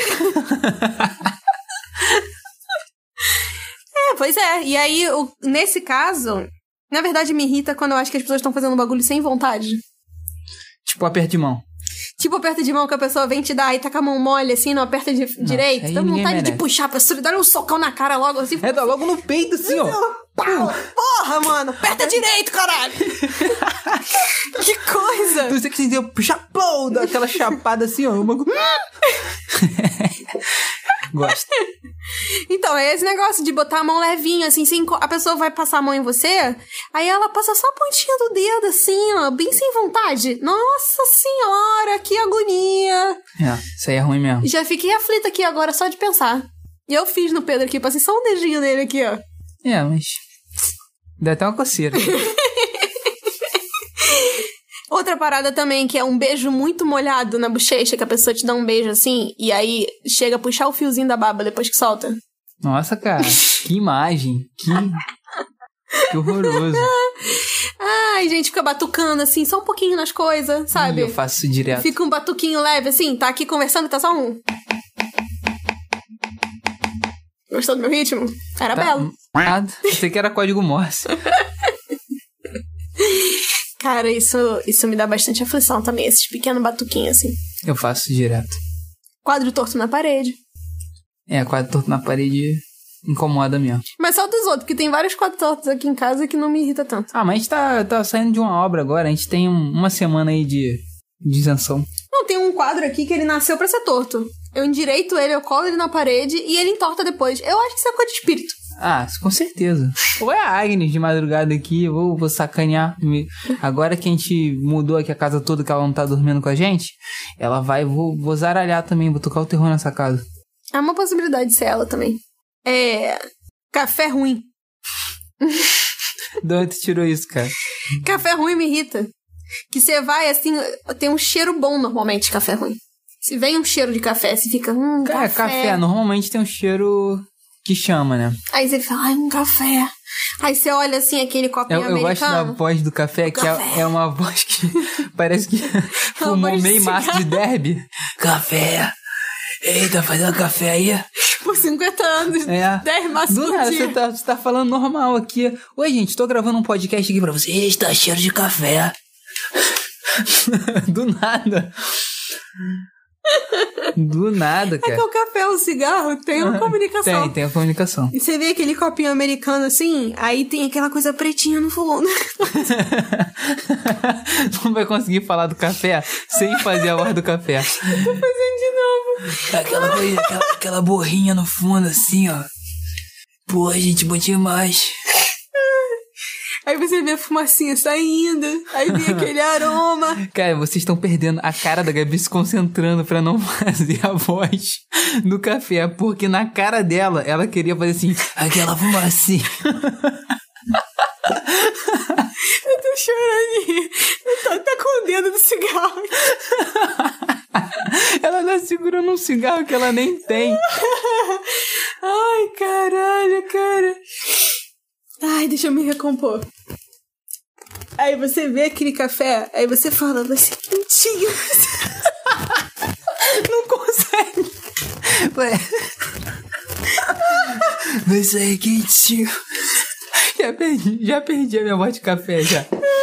É, pois é. E aí, o- nesse caso, na verdade me irrita quando eu acho que as pessoas estão fazendo um bagulho sem vontade. Tipo, aperto de mão. Tipo, aperta de mão que a pessoa vem te dar e tá com a mão mole assim, não aperta de direito. aí Dá ninguém vontade de merece. puxar a pessoa e dar um socão na cara logo assim. É, dá logo no peito, assim, ó. Pau! Porra, mano! Aperta direito, caralho! Que coisa! Então você que entendeu, chapão, dá aquela chapada assim, ó. Uma... Gosto. Então, é esse negócio de botar a mão levinha, assim, sem co- a pessoa vai passar a mão em você, aí ela passa só a pontinha do dedo, assim, ó, bem sem vontade. Nossa senhora, que agonia! É, isso aí é ruim mesmo. Já fiquei aflita aqui agora só de pensar. E eu fiz no Pedro aqui, passei só um dedinho nele aqui, ó. É, mas... dá até uma coceira. Outra parada também, que é um beijo muito molhado na bochecha, que a pessoa te dá um beijo assim, e aí chega a puxar o fiozinho da baba depois que solta. Nossa, cara, que imagem. Que... que horroroso. Ai, gente, fica batucando assim, só um pouquinho nas coisas, sabe? Ih, eu faço isso direto. Fica um batuquinho leve assim, tá aqui conversando, tá só um. Gostou do meu ritmo? Era Tá. belo. Ah, pensei que era código Morse. Cara, isso, isso me dá bastante aflição também, esses pequenos batuquinhos assim. Eu faço direto. Quadro torto na parede. É, quadro torto na parede incomoda mesmo. Mas só dos outros, porque tem vários quadros tortos aqui em casa que não me irrita tanto. Ah, mas a gente tá, tá saindo de uma obra agora. A gente tem um- uma semana aí de, de isenção. Não, tem um quadro aqui que ele nasceu pra ser torto. Eu endireito ele, eu colo ele na parede e ele entorta depois. Eu acho que isso é coisa de espírito. Ah, com certeza. Ou é a Agnes de madrugada aqui, eu vou, vou sacanear. Me- Agora que a gente mudou aqui a casa toda, que ela não tá dormindo com a gente, ela vai, vou, vou zaralhar também, vou tocar o terror nessa casa. É uma possibilidade de ser ela também. É... Café ruim. De onde tu tirou isso, cara? Café ruim me irrita. Que você vai, assim, tem um cheiro bom normalmente de café ruim. Se vem um cheiro de café, você fica, hum, Cara, café. café normalmente tem um cheiro que chama, né? Aí você fala, ai, um café. Aí você olha, assim, aquele copinho Eu, eu gosto da americano. voz do café, que café. é, é uma voz que parece que fumou voz de meio maço de cigarro. derby. Café. Eita, fazendo café aí? Por cinquenta anos, É. dez maços Do por nada, dia. você tá, você tá falando normal aqui. Oi, gente, tô gravando um podcast aqui pra você. Eita, cheiro de café. Do nada. Do nada, É que cara. o café, o cigarro, tem uma comunicação. Tem, tem a comunicação. E você vê aquele copinho americano assim, aí tem aquela coisa pretinha no fundo. Não vai conseguir falar do café sem fazer a voz do café. Tô fazendo de novo. Aquela, coisa- aquela, aquela borrinha no fundo, assim, ó. Pô, gente, bom demais. Aí você vê a fumacinha saindo, aí vem aquele aroma. Cara, vocês estão perdendo a cara da Gabi se concentrando pra não fazer a voz do café, porque na cara dela, ela queria fazer assim, aquela fumacinha. Eu tô chorando de rir. Tá, tá com o dedo do cigarro. Ela tá segurando um cigarro que ela nem tem. Ai, caralho, cara. Ai, deixa eu me recompor. Aí você vê aquele café, aí você fala, vai ser quentinho. Não consegue. Ué. Vai sair quentinho. Já perdi, já perdi a minha voz de café, já.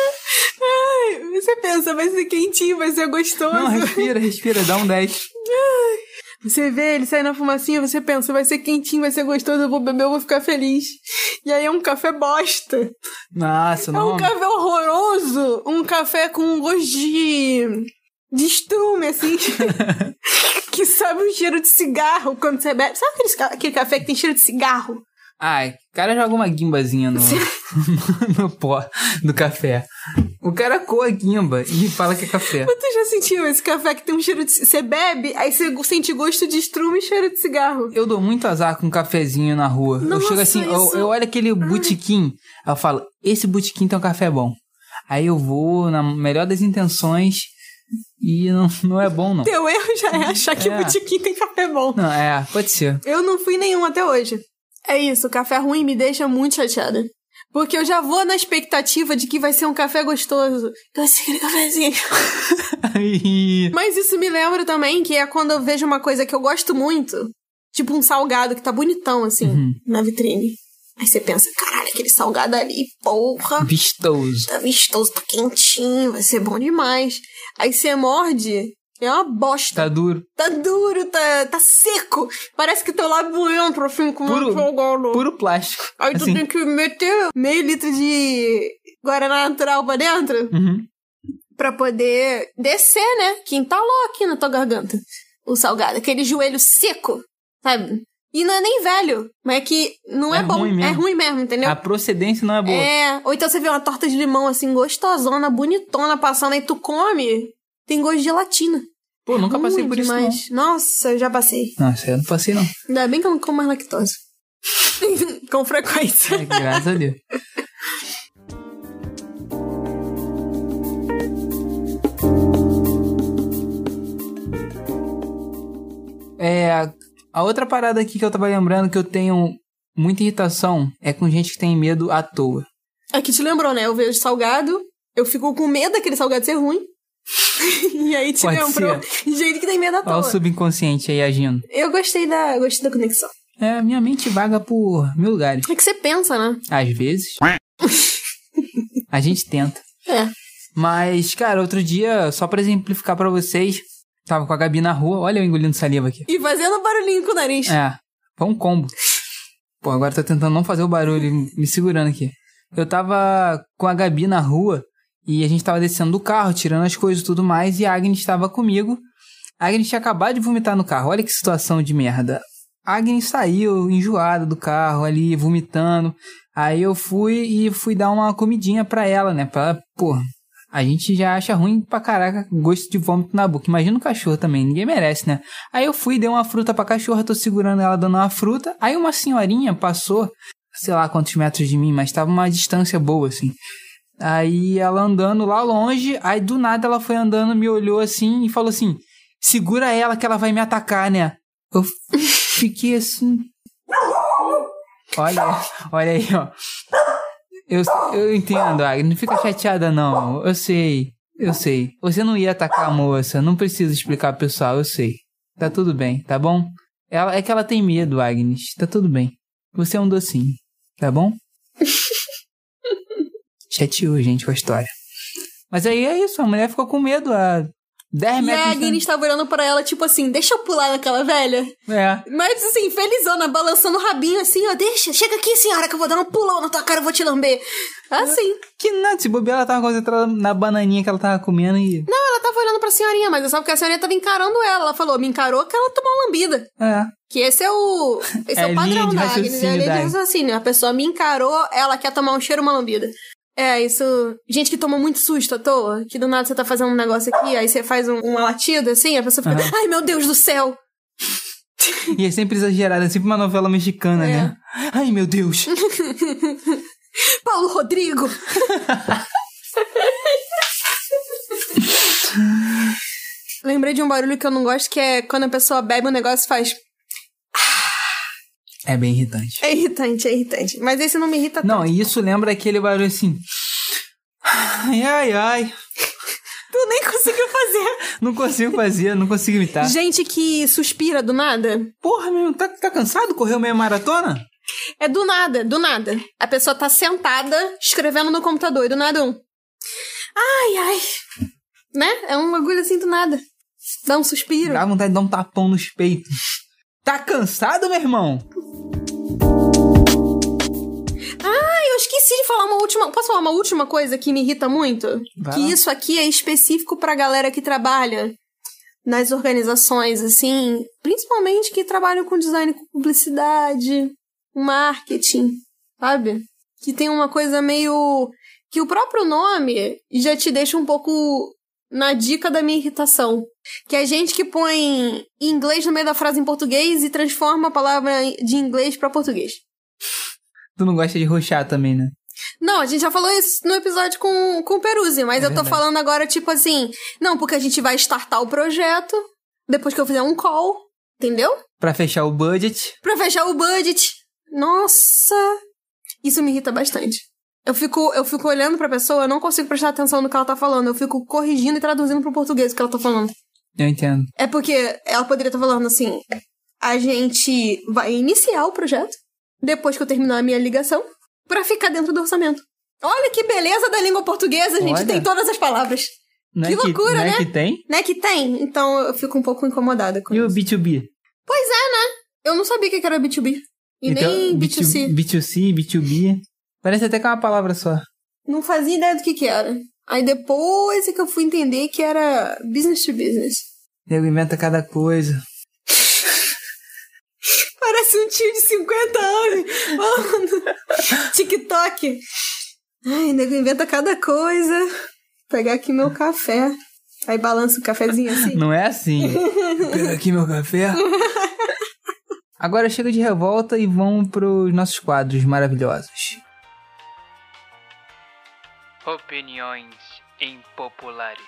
Ai, você pensa, vai ser quentinho, vai ser gostoso. Não, respira, respira, dá um dez. Você vê ele sair na fumacinha, você pensa, vai ser quentinho, vai ser gostoso, eu vou beber, eu vou ficar feliz. E aí é um café bosta. Nossa, É não. um café horroroso. Um café com um gosto de... de estrume, assim. Que sabe um cheiro de cigarro quando você bebe. Sabe aquele, ca- aquele café que tem cheiro de cigarro? Ai, o cara joga uma guimbazinha no, no, no pó do café. O cara coa a guimba e fala que é café. Mas tu já sentiu esse café que tem um cheiro de... Você bebe, aí você sente gosto de estrume e cheiro de cigarro. Eu dou muito azar com um cafezinho na rua. Nossa, eu chego assim, eu, isso- eu olho aquele botequim, aí eu falo, esse botequim tem um café bom. Aí eu vou na melhor das intenções e não, não é bom, não. Teu erro já é achar que É. o botequim tem café bom. Não, é, pode ser. Eu não fui nenhum até hoje. É isso, café ruim me deixa muito chateada. Porque eu já vou na expectativa de que vai ser um café gostoso. Que vai ser aquele cafezinho. Aí, Mas isso me lembra também que é quando eu vejo uma coisa que eu gosto muito. Tipo um salgado que tá bonitão, assim, Uhum. na vitrine. Aí você pensa, caralho, aquele salgado ali, porra. vistoso. Tá vistoso, tá quentinho, vai ser bom demais. Aí você morde, é uma bosta. Tá duro. Tá duro, tá, tá seco. Parece que teu lábio entra, assim, com Puro- um salgado. Puro plástico. Aí tu assim. tem que meter meio litro de Guaraná natural pra dentro Uhum. pra poder descer, né? Que entalou aqui na tua garganta o salgado. Aquele joelho seco, sabe? E não é nem velho, mas é que não é, É bom. ruim mesmo. É ruim mesmo, entendeu? A procedência não é boa. É, ou então você vê uma torta de limão assim, gostosona, bonitona, passando, aí tu come, tem gosto de gelatina. Pô, nunca passei Ruim por isso, demais. Nossa, eu já passei. não. Nossa, eu não passei, não. Ainda bem que eu não como mais lactose. Com frequência. É, graças a Deus. É, a- a outra parada aqui que eu tava lembrando que eu tenho muita irritação é com gente que tem medo à toa. Aqui te lembrou, né? Eu vejo salgado, eu fico com medo daquele salgado ser ruim. E aí te Pode lembrou. Gente que tem medo à toa. Olha o subconsciente aí agindo. Eu gostei da, gostei da conexão. É, minha mente vaga por mil lugares. É que você pensa, né? Às vezes. A gente tenta. É. Mas, cara, outro dia, só pra exemplificar pra vocês, tava com a Gabi na rua, olha eu engolindo saliva aqui. E fazendo barulhinho com o nariz. É, foi um combo. Pô, agora tô tentando não fazer o barulho, me segurando aqui. Eu tava com a Gabi na rua e a gente tava descendo do carro, tirando as coisas e tudo mais, e a Agnes estava comigo. A Agnes tinha acabado de vomitar no carro, olha que situação de merda. A Agnes saiu enjoada do carro ali, vomitando. Aí eu fui e fui dar uma comidinha pra ela, né? Pra, pô, a gente já acha ruim pra caraca gosto de vômito na boca. Imagina o cachorro também, ninguém merece, né? Aí eu fui e dei uma fruta pra cachorra, tô segurando ela dando uma fruta. Aí uma senhorinha passou, sei lá quantos metros de mim, mas tava uma distância boa, assim. Aí ela andando lá longe, aí do nada ela foi andando, me olhou assim e falou assim, segura ela que ela vai me atacar, né? Eu fiquei assim... Olha, olha aí, ó. Eu, eu entendo, Agnes, não fica chateada não, eu sei, eu sei. Você não ia atacar a moça, não precisa explicar pro pessoal, eu sei. Tá tudo bem, tá bom? Ela, é que ela tem medo, Agnes, tá tudo bem. Você é um docinho, tá bom? Chateou, gente, com a história. Mas aí é isso, a mulher ficou com medo, a dez metros... E a Agnes tava olhando pra ela, tipo assim, deixa eu pular naquela velha. É. Mas assim, felizona, balançando o rabinho assim, ó, deixa, chega aqui, senhora, que eu vou dar um pulão na tua cara, eu vou te lamber. Assim. Que nada, se bobear, ela tava concentrada na bananinha que ela tava comendo e... Não, ela tava olhando pra senhorinha, mas eu sabe que a senhorinha tava encarando ela. Ela falou, me encarou que ela tomou uma lambida. É. Que esse é o, esse é, É o padrão linha de da Agnes, é a linha de raciocínio, raciocínio. A pessoa me encarou, ela quer tomar um cheiro, uma lambida. É, isso... Gente que toma muito susto à toa, que do nada você tá fazendo um negócio aqui, aí você faz um, uma latida, assim, a pessoa fica... Uhum. Ai, meu Deus do céu! E é sempre exagerado, é sempre uma novela mexicana, É. né? Ai, meu Deus! Paulo Rodrigo! Lembrei de um barulho que eu não gosto, que é quando a pessoa bebe um negócio e faz... É bem irritante. É irritante, é irritante. Mas esse não me irrita tanto. Não, e isso lembra aquele barulho assim... Ai, ai, ai. Tu nem conseguiu fazer. Não consigo fazer, não consigo imitar. Gente que suspira do nada. Porra, meu, tá, tá cansado? Correu meia maratona? É do nada, do nada. A pessoa tá sentada, escrevendo no computador, e do nada um... Ai, ai. Né? É um bagulho assim do nada. Dá um suspiro. Dá vontade de dar um tapão nos peitos. Tá cansado, meu irmão? Ah, eu esqueci de falar uma última... Posso falar uma última coisa que me irrita muito? Vai Que lá. isso aqui é específico pra galera que trabalha nas organizações, assim... Principalmente que trabalham com design, com publicidade, marketing, sabe? Que tem uma coisa meio... Que o próprio nome já te deixa um pouco na dica da minha irritação. Que é gente que põe inglês no meio da frase em português e transforma a palavra de inglês pra português. Tu não gosta de roxar também, né? Não, a gente já falou isso no episódio com, com o Peruzzi, mas É eu tô verdade. falando agora, tipo assim... Não, porque a gente vai startar o projeto depois que eu fizer um call, entendeu? Pra fechar o budget. Pra fechar o budget. Nossa! Isso me irrita bastante. Eu fico, eu fico olhando pra pessoa, eu não consigo prestar atenção no que ela tá falando. Eu fico corrigindo e traduzindo pro português o que ela tá falando. Eu entendo. É porque ela poderia estar falando assim... A gente vai iniciar o projeto depois que eu terminar a minha ligação pra ficar dentro do orçamento. Olha que beleza da língua portuguesa, a gente Olha. tem todas as palavras. Não Que é loucura, não né? é que tem? Né que tem? Então eu fico um pouco incomodada com E o isso. B dois B? Pois é, né? Eu não sabia o que era B dois B. E Então, nem B dois C. B dois C, B dois B. Parece até que é uma palavra só. Não fazia ideia do que que era. Aí depois é que eu fui entender que era business to business. Nego inventa cada coisa. Parece um tio de cinquenta anos. Mano. TikTok. Ai, nego inventa cada coisa. Vou pegar aqui meu café. Aí balança o cafezinho assim. Não é assim. Pega aqui meu café. Agora chega de revolta e vamos pros nossos quadros maravilhosos. Opiniões impopulares.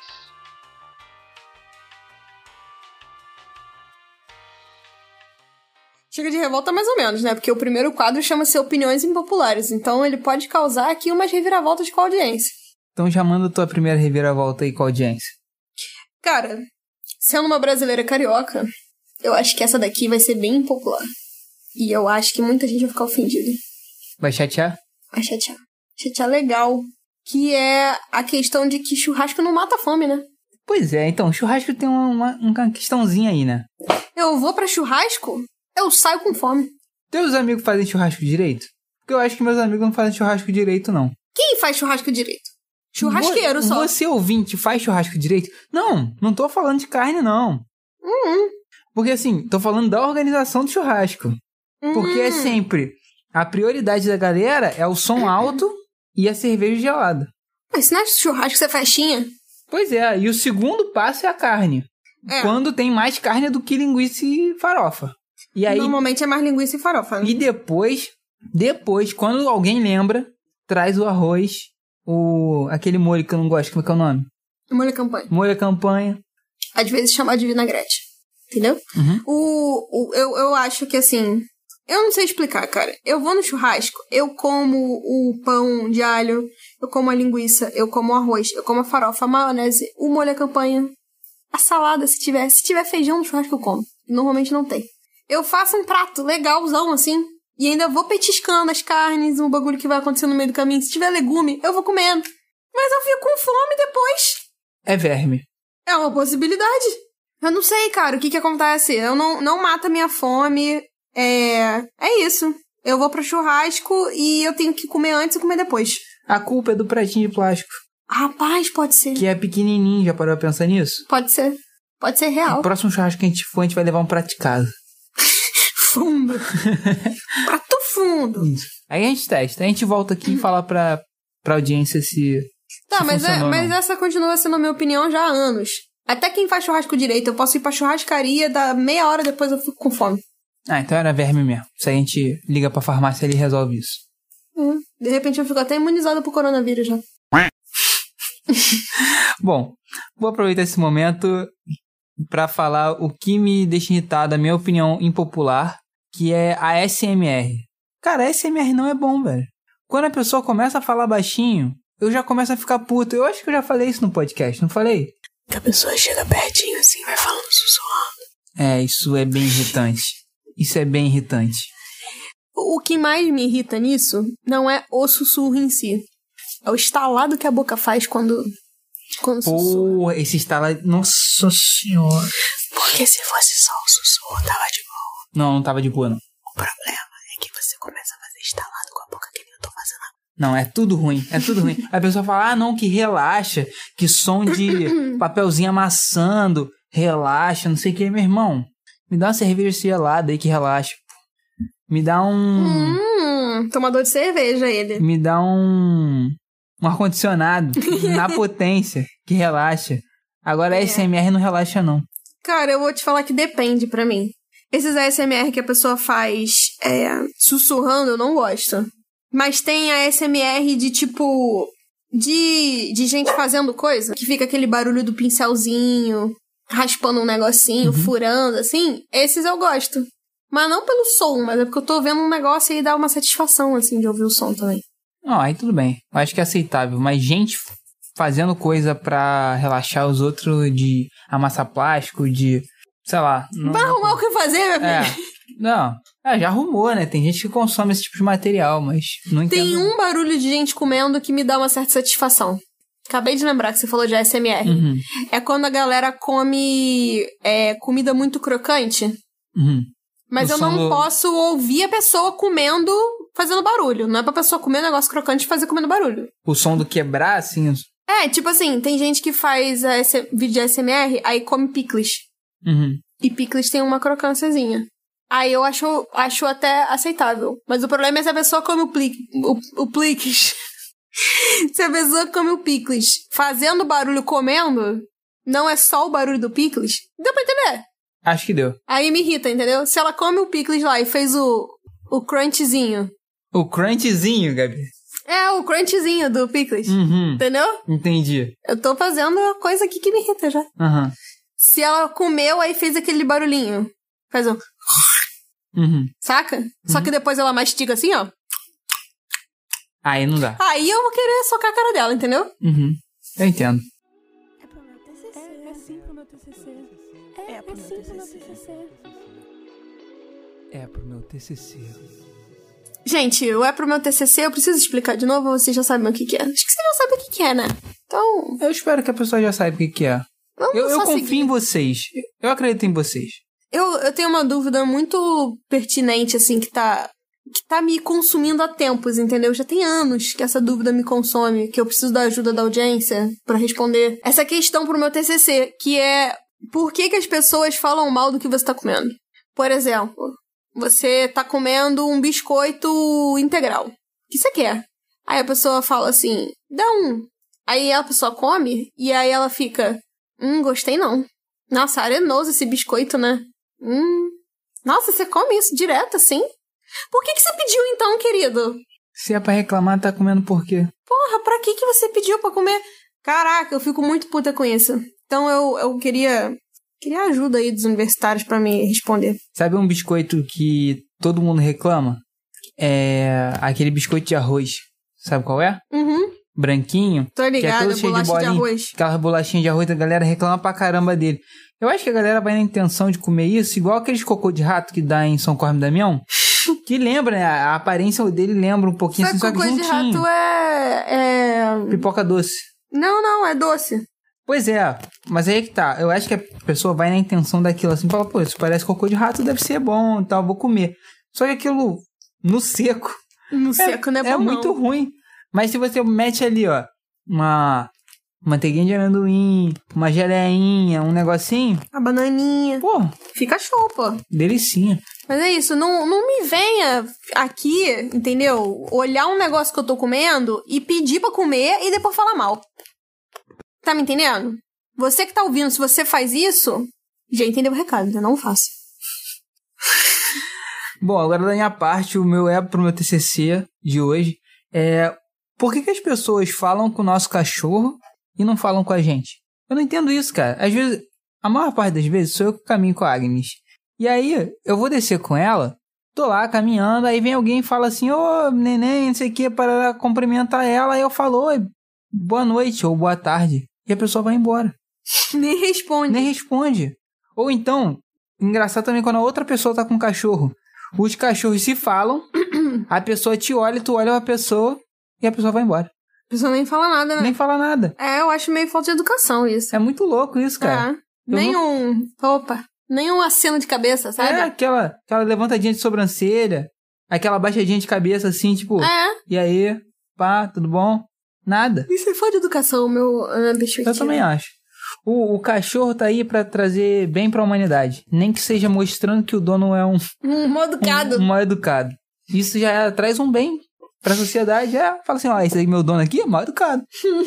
Chega de revolta mais ou menos, né? Porque o primeiro quadro chama-se Opiniões Impopulares. Então ele pode causar aqui umas reviravoltas com a audiência. Então já manda a tua primeira reviravolta aí com a audiência. Cara, sendo uma brasileira carioca, eu acho que essa daqui vai ser bem impopular. E eu acho que muita gente vai ficar ofendida. Vai chatear? Vai chatear. Chatear legal. Que é a questão de que churrasco não mata a fome, né? Pois é, então, churrasco tem uma, uma questãozinha aí, né? Eu vou pra churrasco, eu saio com fome. Teus amigos fazem churrasco direito? Porque eu acho que meus amigos não fazem churrasco direito, não. Quem faz churrasco direito? Churrasqueiro Vo- só. Você, ouvinte, faz churrasco direito? Não, não tô falando de carne, não. Uhum. Porque, assim, tô falando da organização do churrasco. Porque é Uhum. sempre... A prioridade da galera é o som alto e a cerveja gelada. Mas se não é churrasco, você é festinha? Pois é, e o segundo passo é a carne. É. Quando tem mais carne do que linguiça e farofa. E aí, Normalmente é mais linguiça e farofa, né? e depois, depois, quando alguém lembra, traz o arroz, o aquele molho que eu não gosto, como é que é o nome? Molho campanha. Molho à campanha. Às vezes chamado de vinagrete. Entendeu? Uhum. O, o, eu, eu acho que assim... Eu não sei explicar, cara. Eu vou no churrasco, eu como o pão de alho, eu como a linguiça, eu como o arroz, eu como a farofa, a maionese, o molho à campanha, a salada, se tiver. Se tiver feijão no churrasco, eu como. Normalmente não tem. Eu faço um prato legalzão, assim, e ainda vou petiscando as carnes, um bagulho que vai acontecer no meio do caminho. Se tiver legume, eu vou comendo. Mas eu fico com fome depois. É verme. É uma possibilidade. Eu não sei, cara, o que que acontece. Eu não, não mata minha fome. É... É isso. Eu vou pro churrasco e eu tenho que comer antes e comer depois. A culpa é do pratinho de plástico, Rapaz, pode ser. que é pequenininho, já parou pra pensar nisso? Pode ser. Pode ser real. O próximo churrasco que a gente for, a gente vai levar um prato de casa. Fundo. Prato fundo. Isso. Aí a gente testa, aí a gente volta aqui e fala pra, pra audiência se... Tá, se mas, é, funcionou ou mas não. essa continua sendo a minha opinião já há anos. Até quem faz churrasco direito, eu posso ir pra churrascaria, da meia hora depois eu fico com fome. Ah, então era verme mesmo. Se a gente liga pra farmácia, ele resolve isso. Hum, de repente eu fico até imunizada pro coronavírus já. Bom, vou aproveitar esse momento pra falar o que me deixa irritado, a minha opinião impopular, que é a S M R. Cara, a S M R não é bom, velho. Quando a pessoa começa a falar baixinho, eu já começo a ficar puto. Eu acho que eu já falei isso no podcast, não falei? Que a pessoa chega pertinho assim, vai falando sussurrando. É, isso é bem irritante. Isso é bem irritante. O que mais me irrita nisso não é o sussurro em si. É o estalado que a boca faz quando, quando sussurra. Pô, esse estala... Nossa senhora. Porque se fosse só o sussurro, tava de boa. Não, não tava de boa, não. O problema é que você começa a fazer estalado com a boca que nem eu tô fazendo agora. Não, é tudo ruim, é tudo ruim. A pessoa fala, ah, não, que relaxa, que som de papelzinho amassando, relaxa, não sei o que. Meu irmão, me dá uma cerveja gelada aí que relaxa. Me dá um... Hum, tomador de cerveja ele. Me dá um... Um ar-condicionado na potência que relaxa. Agora a É. S M R não relaxa, não. Cara, eu vou te falar que depende pra mim. Esses A S M R que a pessoa faz é, sussurrando, eu não gosto. Mas tem a A S M R de tipo... De, de gente fazendo coisa. Que fica aquele barulho do pincelzinho, raspando um negocinho, Uhum. furando, assim. Esses eu gosto. Mas não pelo som, mas é porque eu tô vendo um negócio e dá uma satisfação, assim, de ouvir o som também. Não, aí tudo bem. Eu acho que é aceitável. Mas gente fazendo coisa pra relaxar os outros de amassar plástico, de... Sei lá. Não, Vai arrumar o que fazer, meu É. filho? Não. É, já arrumou, né? Tem gente que consome esse tipo de material, mas não entendo. Tem um barulho de gente comendo que me dá uma certa satisfação. Acabei de lembrar que você falou de A S M R. Uhum. É quando a galera come é, comida muito crocante. Uhum. Mas O eu som não do- posso ouvir a pessoa comendo, fazendo barulho. Não é pra pessoa comer um negócio crocante e fazer comendo barulho. O som do quebrar, assim... os- É, tipo assim, tem gente que faz A S- vídeo de A S M R, aí come picles. Uhum. E picles tem uma crocânciazinha. Aí eu acho, acho até aceitável. Mas o problema é se a pessoa come o, pli, o, o plicles. Se a pessoa come o picles fazendo barulho comendo, não é só o barulho do picles. Deu pra entender? Acho que deu. Aí me irrita, entendeu? Se ela come o picles lá e fez o, o crunchzinho. O crunchzinho, Gabi. É, o crunchzinho do picles. Uhum. Entendeu? Entendi. Eu tô fazendo a coisa aqui que me irrita já. Uhum. Se ela comeu, aí fez aquele barulhinho. Faz um... Uhum. Saca? Uhum. Só que depois ela mastiga assim, ó. Aí não dá. Aí eu vou querer socar a cara dela, entendeu? Uhum. Eu entendo. É sim pro meu T C C. É pro meu T C C. É pro meu T C C. Gente, o é pro meu T C C, eu preciso explicar de novo, ou vocês já sabem o que que é? Acho que vocês já sabem o que que é, né? Então... Eu espero que a pessoa já saiba o que que é. Vamos eu eu só confio seguir. em vocês. Eu acredito em vocês. Eu, eu tenho uma dúvida muito pertinente, assim, que tá... que tá me consumindo há tempos, entendeu? Já tem anos que essa dúvida me consome, que eu preciso da ajuda da audiência pra responder essa questão pro meu T C C, que é por que que as pessoas falam mal do que você tá comendo? Por exemplo, você tá comendo um biscoito integral. O que você quer? Aí a pessoa fala assim, dá um. Aí a pessoa come e aí ela fica, hum, gostei não. Nossa, arenoso esse biscoito, né? Hum, nossa, você come isso direto assim? Por que que você pediu então, querido? Se é pra reclamar, tá comendo por quê? Porra, pra que que você pediu pra comer? Caraca, eu fico muito puta com isso. Então eu, eu queria... Queria ajuda aí dos universitários pra me responder. Sabe um biscoito que todo mundo reclama? É aquele biscoito de arroz. Sabe qual é? Uhum. Branquinho. Tô ligada, que é todo cheio de bolacha de bolinha. arroz. Aquela bolachinha de arroz, a galera reclama pra caramba dele. Eu acho que a galera vai na intenção de comer isso, igual aqueles cocô de rato que dá em São Corme e Damião. Que lembra, né? A aparência dele lembra um pouquinho assim, só que cocô de juntinho. rato é... é... Pipoca doce. Não, não, é doce. Pois é, mas aí que tá. Eu acho que a pessoa vai na intenção daquilo assim, fala, pô, isso parece cocô de rato, deve ser bom e tal, vou comer. Só que aquilo no seco... No seco não é bom, É muito não. ruim. Mas se você mete ali, ó, uma manteiguinha de amendoim, uma geleinha, um negocinho... A bananinha. Pô, Fica show, pô. delicinha. Mas é isso, não, não me venha aqui, entendeu? Olhar um negócio que eu tô comendo e pedir pra comer e depois falar mal. Tá me entendendo? Você que tá ouvindo, se você faz isso, já entendeu o recado, então não faça. Bom, agora da minha parte, o meu é pro meu T C C de hoje é... Por que que as pessoas falam com o nosso cachorro e não falam com a gente? Eu não entendo isso, cara. Às vezes, a maior parte das vezes, sou eu que caminho com a Agnes. E aí, eu vou descer com ela, tô lá caminhando, aí vem alguém e fala assim, ô, neném, não sei o que, para cumprimentar ela, aí eu falo, oi, boa noite ou boa tarde. E a pessoa vai embora. Nem responde. Nem responde. Ou então, engraçado também quando a outra pessoa tá com o cachorro. Os cachorros se falam, a pessoa te olha, tu olha pra pessoa e a pessoa vai embora. A pessoa nem fala nada, né? Nem fala nada. É, eu acho meio falta de educação isso. É muito louco isso, cara. É. Nem vou... um... Opa. Nem um aceno de cabeça, sabe? É, aquela, aquela levantadinha de sobrancelha, aquela baixadinha de cabeça assim, tipo... É. E aí, pá, tudo bom? Nada. Isso é falta de educação, meu uh, perspectiva. Eu também acho. O, o cachorro tá aí pra trazer bem pra humanidade. Nem que seja mostrando que o dono é um... Um mal educado. Um, um mal educado. Isso já é, traz um bem pra sociedade. É, fala assim, ó, esse aí meu dono aqui é mal educado.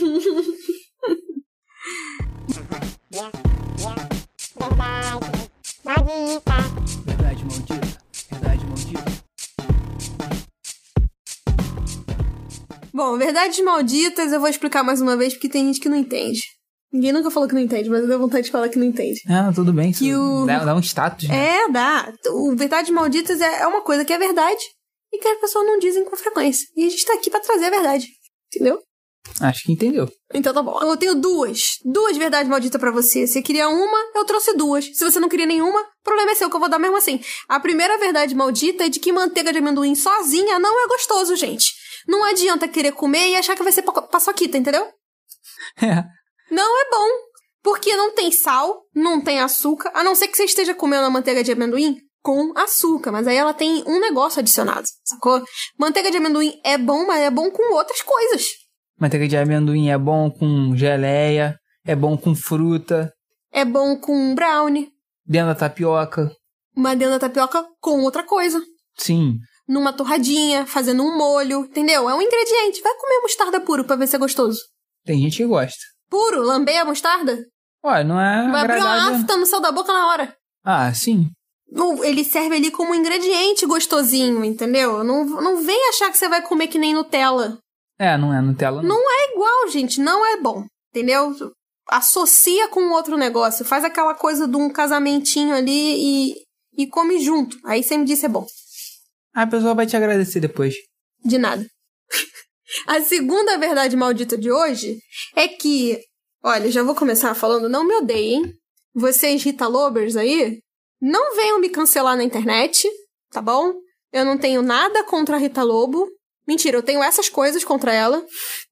Verdade maldita. Verdade maldita. Bom, verdades malditas eu vou explicar mais uma vez porque tem gente que não entende. Ninguém nunca falou que não entende, mas eu dei vontade de falar que não entende. Ah, tudo bem. Isso Que o... dá, dá um status. Né? É, dá. O verdades malditas é, é uma coisa que é verdade e que as pessoas não dizem com frequência. E a gente tá aqui pra trazer a verdade. Entendeu? Acho que entendeu. Então tá bom. Eu tenho duas. Duas verdades malditas pra você. Você queria uma, eu trouxe duas. Se você não queria nenhuma, o problema é seu, que eu vou dar mesmo assim. A primeira verdade maldita é de que manteiga de amendoim sozinha não é gostoso, gente. Não adianta querer comer e achar que vai ser paçoquita, entendeu? É. Não é bom. Porque não tem sal, não tem açúcar, a não ser que você esteja comendo a manteiga de amendoim com açúcar. Mas aí ela tem um negócio adicionado, sacou? Manteiga de amendoim é bom, mas é bom com outras coisas. Manteiga de amendoim é bom com geleia, é bom com fruta. É bom com brownie. Dentro da tapioca. Uma dentro da tapioca com outra coisa. Sim. Numa torradinha, fazendo um molho, entendeu? É um ingrediente. Vai comer mostarda puro pra ver se é gostoso. Tem gente que gosta. Puro? Lamber a mostarda? Olha, não é Vai abrir uma agradável. afta no céu da boca na hora. Ah, sim. Ele serve ali como um ingrediente gostosinho, entendeu? Não, não vem achar que você vai comer que nem Nutella. É, não é Nutella. Não, não é igual, gente. Não é bom, entendeu? Associa com outro negócio. Faz aquela coisa de um casamentinho ali e, e come junto. Aí você me disse é bom. A pessoa vai te agradecer depois. De nada. A segunda verdade maldita de hoje é que... Olha, já vou começar falando, não me odeiem. Vocês Rita Lobers aí, não venham me cancelar na internet, tá bom? Eu não tenho nada contra a Rita Lobo. Mentira, eu tenho essas coisas contra ela.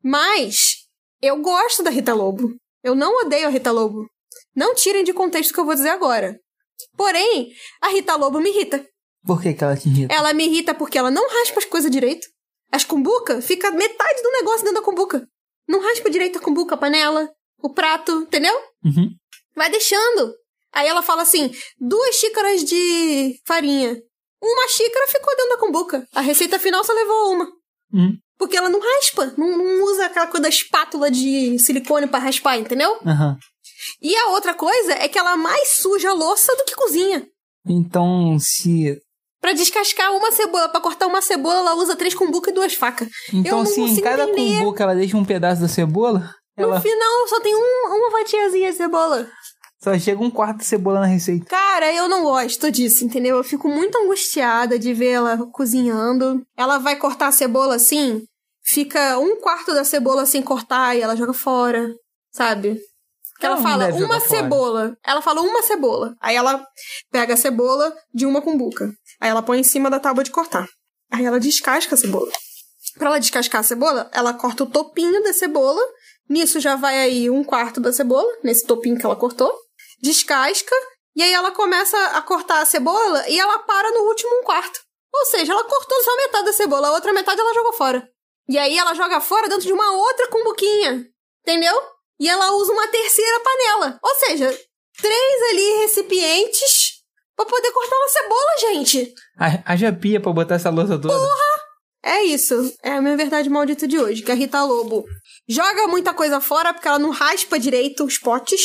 Mas eu gosto da Rita Lobo. Eu não odeio a Rita Lobo. Não tirem de contexto o que eu vou dizer agora. Porém, a Rita Lobo me irrita. Por que que ela te irrita? Ela me irrita porque ela não raspa as coisas direito. As cumbuca, fica metade do negócio dentro da cumbuca. Não raspa direito a cumbuca, a panela, o prato, entendeu? Uhum. Vai deixando. Aí ela fala assim, duas xícaras de farinha. Uma xícara ficou dentro da cumbuca. A receita final só levou uma. Uhum. Porque ela não raspa. Não, não usa aquela coisa da espátula de silicone pra raspar, entendeu? Uhum. E a outra coisa é que ela mais suja a louça do que cozinha. Então, se... Pra descascar uma cebola, pra cortar uma cebola, ela usa três cumbuca e duas facas. Então, eu se em cada entender. cumbuca ela deixa um pedaço da cebola... Ela... No final, só tem um, uma fatiazinha de cebola. Só chega um quarto de cebola na receita. Cara, eu não gosto disso, entendeu? Eu fico muito angustiada de ver ela cozinhando. Ela vai cortar a cebola assim, fica um quarto da cebola sem cortar e ela joga fora, sabe? Que ela, ela fala uma cebola. Fora. Ela fala uma cebola. Aí ela pega a cebola de uma cumbuca. Aí ela põe em cima da tábua de cortar. Aí ela descasca a cebola. Pra ela descascar a cebola, ela corta o topinho da cebola. Nisso já vai aí um quarto da cebola, nesse topinho que ela cortou. Descasca. E aí ela começa a cortar a cebola e ela para no último um quarto. Ou seja, ela cortou só metade da cebola. A outra metade ela jogou fora. E aí ela joga fora dentro de uma outra cumbuquinha. Entendeu? E ela usa uma terceira panela. Ou seja, três ali recipientes pra poder cortar uma cebola, gente. Haja pia pra botar essa louça toda. Porra! É isso. É a minha verdade maldita de hoje, que a Rita Lobo joga muita coisa fora porque ela não raspa direito os potes.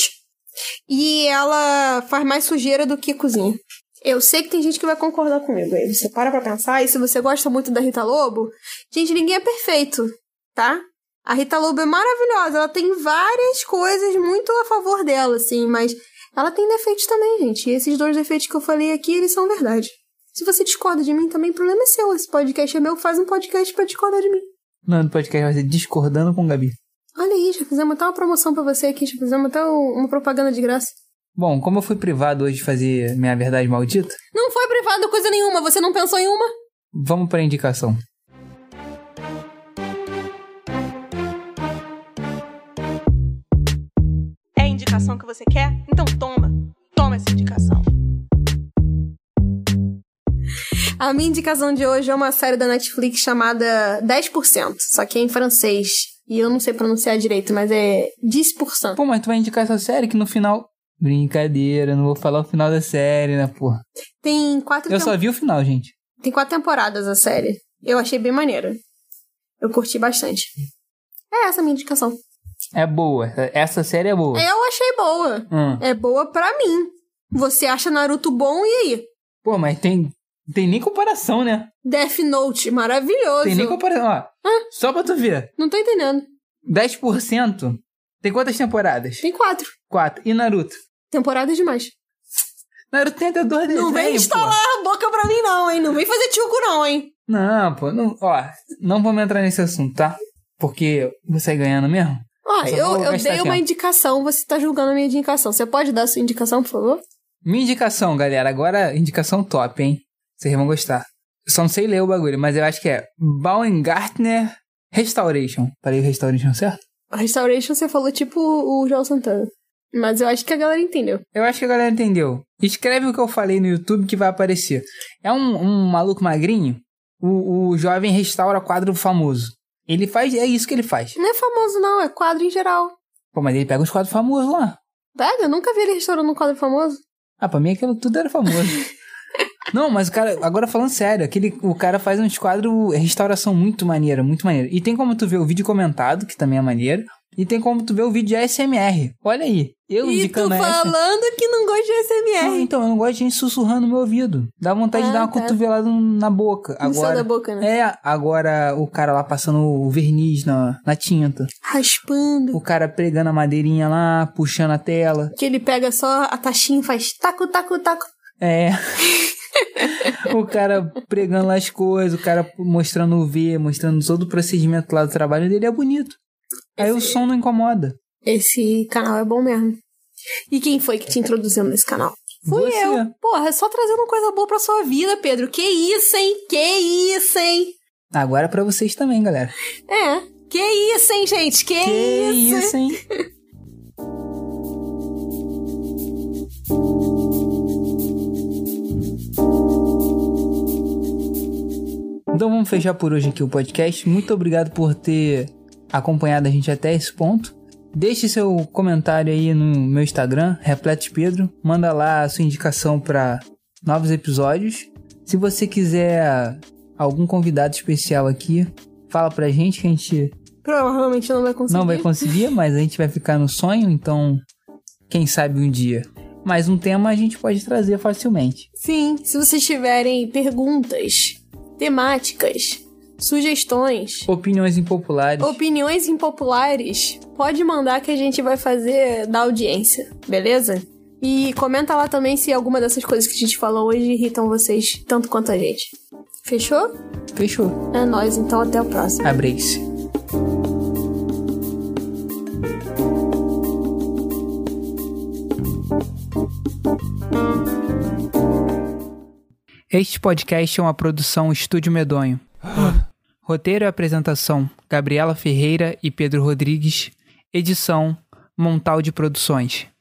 E ela faz mais sujeira do que cozinha. Eu sei que tem gente que vai concordar comigo. Aí você para pra pensar, e se você gosta muito da Rita Lobo... Gente, ninguém é perfeito, tá? A Rita Lobo é maravilhosa, ela tem várias coisas muito a favor dela, assim, mas ela tem defeitos também, gente. E esses dois defeitos que eu falei aqui, eles são verdade. Se você discorda de mim, também o problema é seu. Esse podcast é meu, faz um podcast pra discordar de mim. Não, o podcast vai ser Discordando com Gabi. Olha aí, já fizemos até uma promoção pra você aqui, já fizemos até uma propaganda de graça. Bom, como eu fui privado hoje de fazer minha verdade maldita... Não foi privado coisa nenhuma, você não pensou em uma? Vamos pra indicação. É a indicação que você quer? Então toma, toma essa indicação. A minha indicação de hoje é uma série da Netflix chamada dez por cento, só que é em francês. E eu não sei pronunciar direito, mas é dez por cento. Pô, mas tu vai indicar essa série que no final... Brincadeira, não vou falar o final da série, né, porra? Tem quatro... Eu temp... só vi o final, gente. Tem quatro temporadas a série. Eu achei bem maneira. Eu curti bastante. É essa a minha indicação. É boa. Essa série é boa. Eu achei boa. Hum. É boa pra mim. Você acha Naruto bom, e aí? Pô, mas tem... Tem nem comparação, né? Death Note, maravilhoso. Tem nem comparação, ó. Ah, só pra tu ver. Não tô entendendo. dez por cento tem quantas temporadas? Tem quatro. Quatro. E Naruto? Temporadas demais. Naruto tem até dois desenhos, Não vem instalar pô. a boca pra mim, não, hein? Não vem fazer tchuco, não, hein? Não, pô. Não, ó, não vamos entrar nesse assunto, tá? Porque você ganhando mesmo. Ó, eu, eu, eu dei uma indicação, você tá julgando a minha indicação. Você pode dar a sua indicação, por favor? Minha indicação, galera. Agora, indicação top, hein? Vocês vão gostar. Eu só não sei ler o bagulho, mas eu acho que é Baumgartner Restoration. Falei o Restoration, certo? Restoration você falou tipo o João Santana. Mas eu acho que a galera entendeu. Eu acho que a galera entendeu. Escreve o que eu falei no YouTube que vai aparecer. É um, um maluco magrinho. O, o jovem restaura quadro famoso. Ele faz... É isso que ele faz. Não é famoso não, é quadro em geral. Pô, mas ele pega os quadros famosos lá. Pega? Eu nunca vi ele restaurando um quadro famoso. Ah, pra mim aquilo tudo era famoso. Não, mas o cara, agora falando sério, aquele, o cara faz uns quadros, restauração muito maneira, muito maneira. E tem como tu ver o vídeo comentado, que também é maneiro, e tem como tu ver o vídeo de A S M R. Olha aí, eu e indicando E tu falando S... que não gosta de A S M R. Não, então, eu não gosto de gente sussurrando no meu ouvido. Dá vontade ah, de dar uma tá. cotovelada na boca. No céu da boca, né? É, agora o cara lá passando o verniz na, na tinta. Raspando. O cara pregando a madeirinha lá, puxando a tela. Que ele pega só a taxinha e faz taco, taco, taco. É. O cara pregando lá as coisas, o cara mostrando o V, mostrando todo o procedimento lá do trabalho dele é bonito. Aí esse, o som não incomoda. Esse canal é bom mesmo. E quem foi que te introduziu nesse canal? Fui Você. eu. Porra, só trazendo coisa boa pra sua vida, Pedro. Que isso, hein? Que isso, hein? Agora é pra vocês também, galera. É. Que isso, hein, gente? Que, que isso, isso, hein? Então vamos fechar por hoje aqui o podcast. Muito obrigado por ter acompanhado a gente até esse ponto. Deixe seu comentário aí no meu Instagram, Repletos Pedro. Manda lá a sua indicação para novos episódios. Se você quiser algum convidado especial aqui, fala pra gente que a gente... Provavelmente não vai conseguir. Não vai conseguir, mas a gente vai ficar no sonho, então quem sabe um dia. Mas um tema a gente pode trazer facilmente. Sim, se vocês tiverem perguntas, temáticas, sugestões, opiniões impopulares, opiniões impopulares, pode mandar que a gente vai fazer da audiência, beleza? E comenta lá também se alguma dessas coisas que a gente falou hoje irritam vocês tanto quanto a gente. Fechou? Fechou. É nóis, então até o próximo. Abre-se. Este podcast é uma produção Estúdio Medonho. Roteiro e apresentação, Gabriela Ferreira e Pedro Rodrigues. Edição, Montalde Produções.